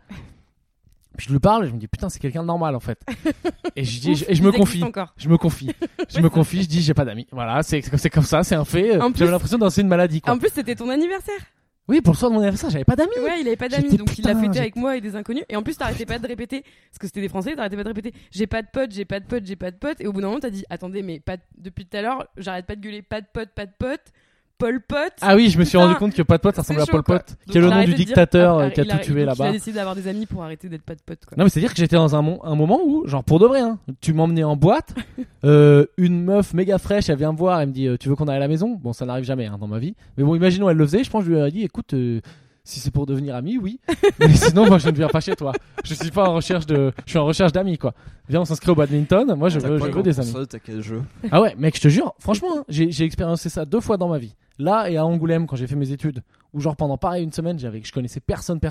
Puis je lui parle et je me dis putain, c'est quelqu'un de normal en fait. Et je dis, et je me confie. Je me confie, je dis j'ai pas d'amis. Voilà, c'est comme ça, c'est un fait. En plus- J'avais l'impression d'en c'est une maladie quoi. En plus, c'était ton anniversaire. Oui, pour le soir de mon anniversaire, j'avais pas d'amis. Ouais, il avait pas d'amis, J'étais donc il l'a putain, fêté j'ai- avec moi et des inconnus. Et en plus, t'arrêtais pas de répéter, parce que c'était des Français, t'arrêtais pas de répéter, j'ai pas de potes, j'ai pas de potes, j'ai pas de potes. Et au bout d'un moment, t'as dit, attendez, mais depuis tout à l'heure, j'arrête pas de gueuler, pas de potes, Pol Pot. Ah oui, je me suis Putain, rendu compte que pas de pote, ça ressemble à c'est Pol chaud, quoi. Pot, Donc qui est le il a nom arrêté du de dire- dictateur qui a il tout tué donc là-bas. Il a décidé d'avoir des amis pour arrêter d'être pas de potes, quoi. Non mais c'est à dire que j'étais dans un moment où, genre pour de vrai, hein, tu m'emmenais en boîte, une meuf méga fraîche, elle vient me voir, elle me dit tu veux qu'on aille à la maison? Bon, ça n'arrive jamais hein, dans ma vie, mais bon, imaginons elle le faisait, je pense que je lui aurais dit écoute, si c'est pour devenir ami, oui, mais sinon moi je ne viens pas chez toi. Je suis pas en recherche je suis en recherche d'amis quoi. Viens, on s'inscrit au badminton, moi je veux des amis. T'as quel jeu? Ah ouais, mec, je te jure, franchement, hein, j'ai expérimenté ça 2 fois dans ma vie. Là et à Angoulême quand j'ai fait mes études, où genre pendant pareil une semaine, je connaissais personne.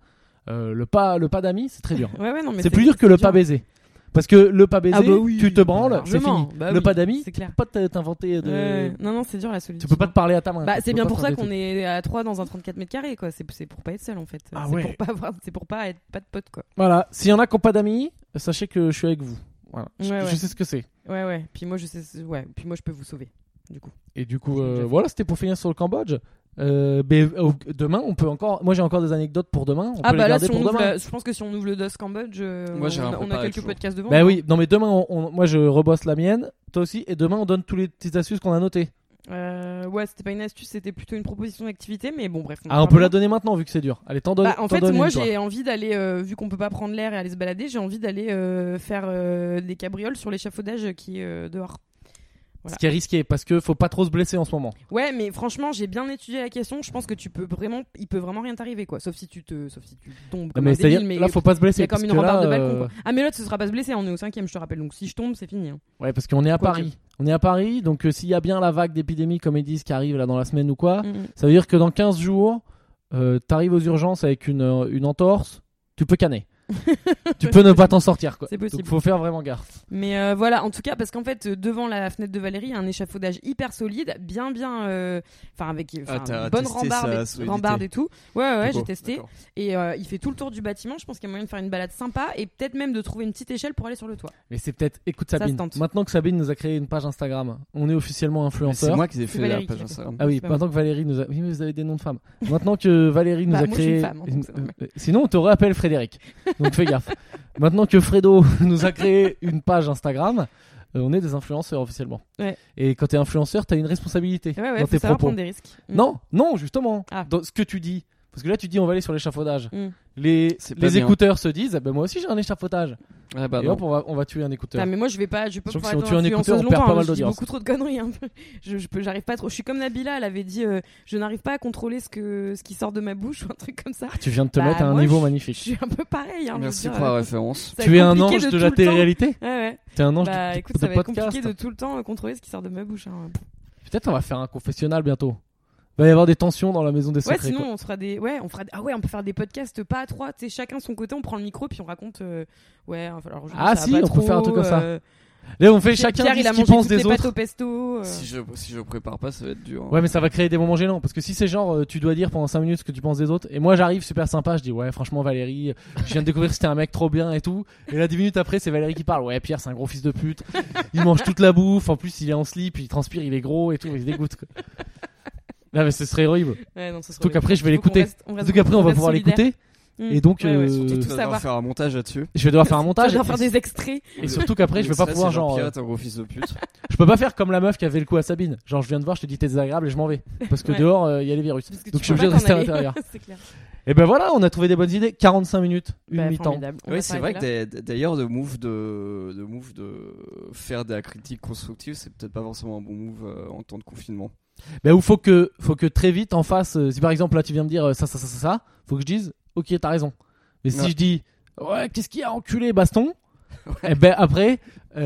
Le pas d'amis, c'est très dur. Ouais, non, mais C'est plus dur que le pas baiser. Parce que le pas baiser, Ah bah oui, tu te branles, c'est largement. fini. Bah le oui, pas d'amis, c'est tu clair. peux pas t'inventer de. Non, c'est dur la solitude. Tu peux pas te parler à ta main. Bah, Tu c'est peux bien pas pour ça faire des qu'on trucs. est à 3 dans un 34 mètres carrés, quoi. C'est pour pas être seul, en fait. Ah c'est ouais. pour pas être pas de potes, quoi. Voilà, s'il y en a qui n'ont pas d'amis, sachez que je suis avec vous. Voilà. Ouais, je ouais. sais ce que c'est. Ouais. Puis moi, Puis moi, je peux vous sauver, du coup. Et du coup, Je l'ai déjà fait. voilà, c'était pour finir sur le Cambodge. Demain, on peut encore. Moi, j'ai encore des anecdotes pour demain. On peut les Bah là, garder si on pour ouvre demain. je pense que si on ouvre le DOS Cambodge, Moi, j'ai rien on a préparé, quelques toujours. podcasts devant. Bah hein. oui, non mais demain, moi je rebosse la mienne, toi aussi, et demain on donne toutes les petites astuces qu'on a notées. Ouais, c'était pas une astuce, c'était plutôt une proposition d'activité, mais bon, bref. Ah, on peut la donner maintenant vu que c'est dur. Allez, t'en donnes. Bah, en t'en fait, donnes moi une, toi. j'ai envie d'aller, vu qu'on peut pas prendre l'air et aller se balader, j'ai envie d'aller faire des cabrioles sur l'échafaudage qui est dehors. Voilà. Ce qui est risqué parce que faut pas trop se blesser en ce moment. Ouais, mais franchement, j'ai bien étudié la question. Je pense que il peut vraiment rien t'arriver, quoi. Sauf si tu tombes comme mais un c'est-à-dire, débile. Mais là faut pas se il y blesser. a comme parce une que rambarde là, de balcon, quoi. Ah, mais l'autre, ce sera pas se blesser. On est au 5ème, je te rappelle. Donc si je tombe, c'est fini. Hein. Ouais, parce qu'on est à Quoique. Paris. On est à Paris, donc s'il y a bien la vague d'épidémie comme ils disent qui arrive là dans la semaine ou quoi, Mhm. ça veut dire que dans 15 jours, t'arrives aux urgences avec une entorse, tu peux canner. Tu peux ne pas t'en sortir quoi. C'est possible. Donc faut faire vraiment gaffe. Mais voilà, en tout cas, parce qu'en fait, devant la fenêtre de Valérie, il y a un échafaudage hyper solide, bien, enfin avec t'as une bonne testé sa solidité. rambarde et tout. Ouais, j'ai D'accord, testé. d'accord. Et il fait tout le tour du bâtiment. Je pense qu'il y a moyen de faire une balade sympa et peut-être même de trouver une petite échelle pour aller sur le toit. Mais c'est peut-être. Écoute Ça se Sabine, tente. maintenant que Sabine nous a créé une page Instagram, on est officiellement Mais influenceur. c'est moi qui ai C'est fait la Valérie page qui l'a fait. Instagram. Ah oui, C'est pas maintenant que Valérie nous a. Oui, mais vous avez des noms de femmes. Maintenant que Valérie nous Bah, a moi, je suis créé. une femme, hein, donc c'est normal. Sinon, on t'aurait appelé Frédéric. Donc fais gaffe. Maintenant que Fredo nous a créé une page Instagram, on est des influenceurs officiellement. Ouais. Et quand t'es influenceur, t'as une responsabilité Ouais, dans faut tes savoir propos. prendre des risques. Non, justement. Ah. Dans ce que tu dis. Parce que là, tu dis on va aller sur l'échafaudage. Mm. C'est pas Les bien. écouteurs se disent moi aussi j'ai un échafaudage. Ah bah Et non. hop, on va tuer un écouteur. Ah, mais moi je peux pas Surtout que pouvoir si on être tue un écouteur, influenceuse on perd longtemps, pas hein. mal Je dis d'audience. beaucoup trop de conneries. Hein. J'arrive pas trop. Je suis comme Nabila, elle avait dit je n'arrive pas à contrôler ce qui sort de ma bouche ou un truc comme ça. Ah, tu viens de te Bah, mettre à un moi, niveau Je magnifique. suis un peu pareil. Hein, Merci je veux pour dire, la référence. ça va Tu es être un compliqué ange de tout la le temps. télé-réalité. Ouais. T'es un ange Bah de écoute, ça va être podcast. compliqué de tout le temps contrôler ce qui sort de ma bouche. Hein. Peut-être on va faire un confessionnal bientôt. Il va y avoir des tensions dans la maison des Ouais, secrets. sinon quoi. on fera des. Ouais, on peut faire des podcasts pas à trois. Tu sais, chacun son côté, on prend le micro puis on raconte. Ouais, enfin, alors aujourd'hui, Ah ça si, va pas on peut trop, faire un truc comme ça. Là, on fait chacun Pierre, dit il a ce qu'il mangé pense toutes des les pâtes autres. au pesto. Si je prépare pas, ça va être dur. hein. Ouais, mais ça va créer des moments gênants. Parce que si c'est genre, tu dois dire pendant 5 minutes ce que tu penses des autres. Et moi, j'arrive super sympa, je dis, ouais, franchement, Valérie, je viens de découvrir que c'était un mec trop bien et tout. Et là, 10 minutes après, c'est Valérie qui parle. Ouais, Pierre, c'est un gros fils de pute. Il mange toute la bouffe. En plus, il est en slip, il transpire, il est gros et tout. Il se dégoûte. Quoi. Là, mais ce serait horrible. Ouais, non, ça serait Surtout qu'après, je vais Faut qu'on l'écouter. reste- on reste- Surtout qu'après, on va reste pouvoir solidaires. l'écouter. Et donc, surtout Tu tout vas savoir. devoir faire un montage là-dessus. je vais devoir faire un Tu vas montage. devoir faire des extraits. Et surtout qu'après, je vais pas Ça, pouvoir c'est genre. Pierre, t'es un gros fils de pute. Je peux pas faire comme la meuf qui avait le coup à Sabine. Genre, je viens de voir, je te dis t'es désagréable et je m'en vais. Parce que Ouais. dehors, il y a les virus. Parce que Donc, tu je suis peux obligé de pas rester à t'en l'intérieur. aller. C'est clair. Et ben voilà, on a trouvé des bonnes idées. 45 minutes, une Bah, mi-temps. formidable. On va Oui, c'est s'arrêter vrai là. que d'ailleurs, de move de faire de la critique constructive, c'est peut-être pas forcément un bon move en temps de confinement. Ben où faut que très vite en face. Si par exemple là tu viens me dire ça, faut que je dise ok t'as raison. Mais si Ouais. je dis ouais qu'est-ce qu'il y a enculé baston, et ben après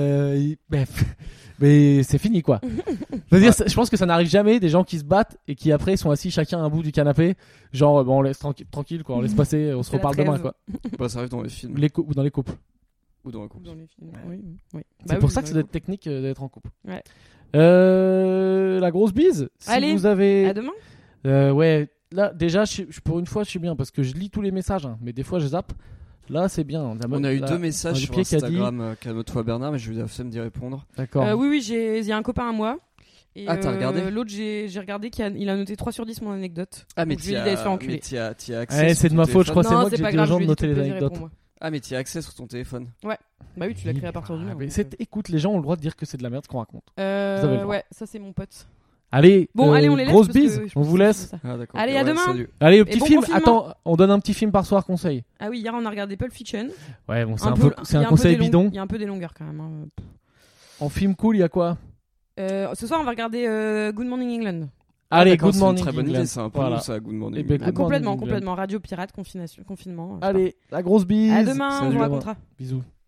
mais c'est fini quoi. C'est-à-dire, je pense que ça n'arrive jamais des gens qui se battent et qui après sont assis chacun à un bout du canapé, genre bon on laisse tranquille quoi, on laisse passer, on se C'est la reparle demain trêve. quoi. Bah, ça arrive dans les films Ou dans les couples. ou dans la coupe. Dans les films. Oui. C'est Bah pour oui, ça que dans c'est les d'être technique d'être en couple. Ouais. La grosse bise. Si Allez, vous avez. À demain. Ouais, là déjà, pour une fois, je suis bien parce que je lis tous les messages, hein, mais des fois, je zappe. Là, c'est bien. On a eu là, 2 messages du sur pied qui a dit- Instagram. Calme-toi Bernard, mais je vais la d'y répondre. D'accord. Oui, il y a un copain à moi. Et, Ah, t'as regardé l'autre, j'ai regardé il a noté 3 sur 10 mon anecdote. Ah, mais Donc, je lui ai dit d'aller se faire enculer. t'y as accès. Ouais, sur c'est de ton ma faute, je crois. téléphone. c'est moi Non, qui c'est ai pas dit aux grave, gens je lui de ai dit noter de les te poser, anecdotes. réponds-moi. Ah, mais t'y as accès sur ton téléphone. Bah oui, tu l'as créé à partir du Ah, nom. mais donc, écoute, les gens ont le droit de dire que c'est de la merde ce qu'on raconte. Vous avez le droit. Ouais, ça c'est mon pote. Allez, Bon, allez, on les laisse. grosse parce que bise, je on pense vous que laisse. c'est ça. Ah, d'accord. Allez, à demain. Salut. Allez, au petit bon film. confinement. Attends, on donne un petit film par soir conseil. Ah oui, hier on a regardé Pulp Fiction. Ouais, bon, c'est Un un peu- peu, c'est il y un a peu conseil des bidon. Il y a un peu des longueurs quand même. Hein. En film cool, il y a quoi? Ce soir, on va regarder Good Morning England. Allez, D'accord, Good c'est Morning une très bonne England. idée, c'est un peu Voilà. nous, ça, Good Morning. Eh ben, Good Morning England. Complètement. Radio pirate, confinement. Allez, la grosse bise. À demain, on Salut. vous racontera. Bisous.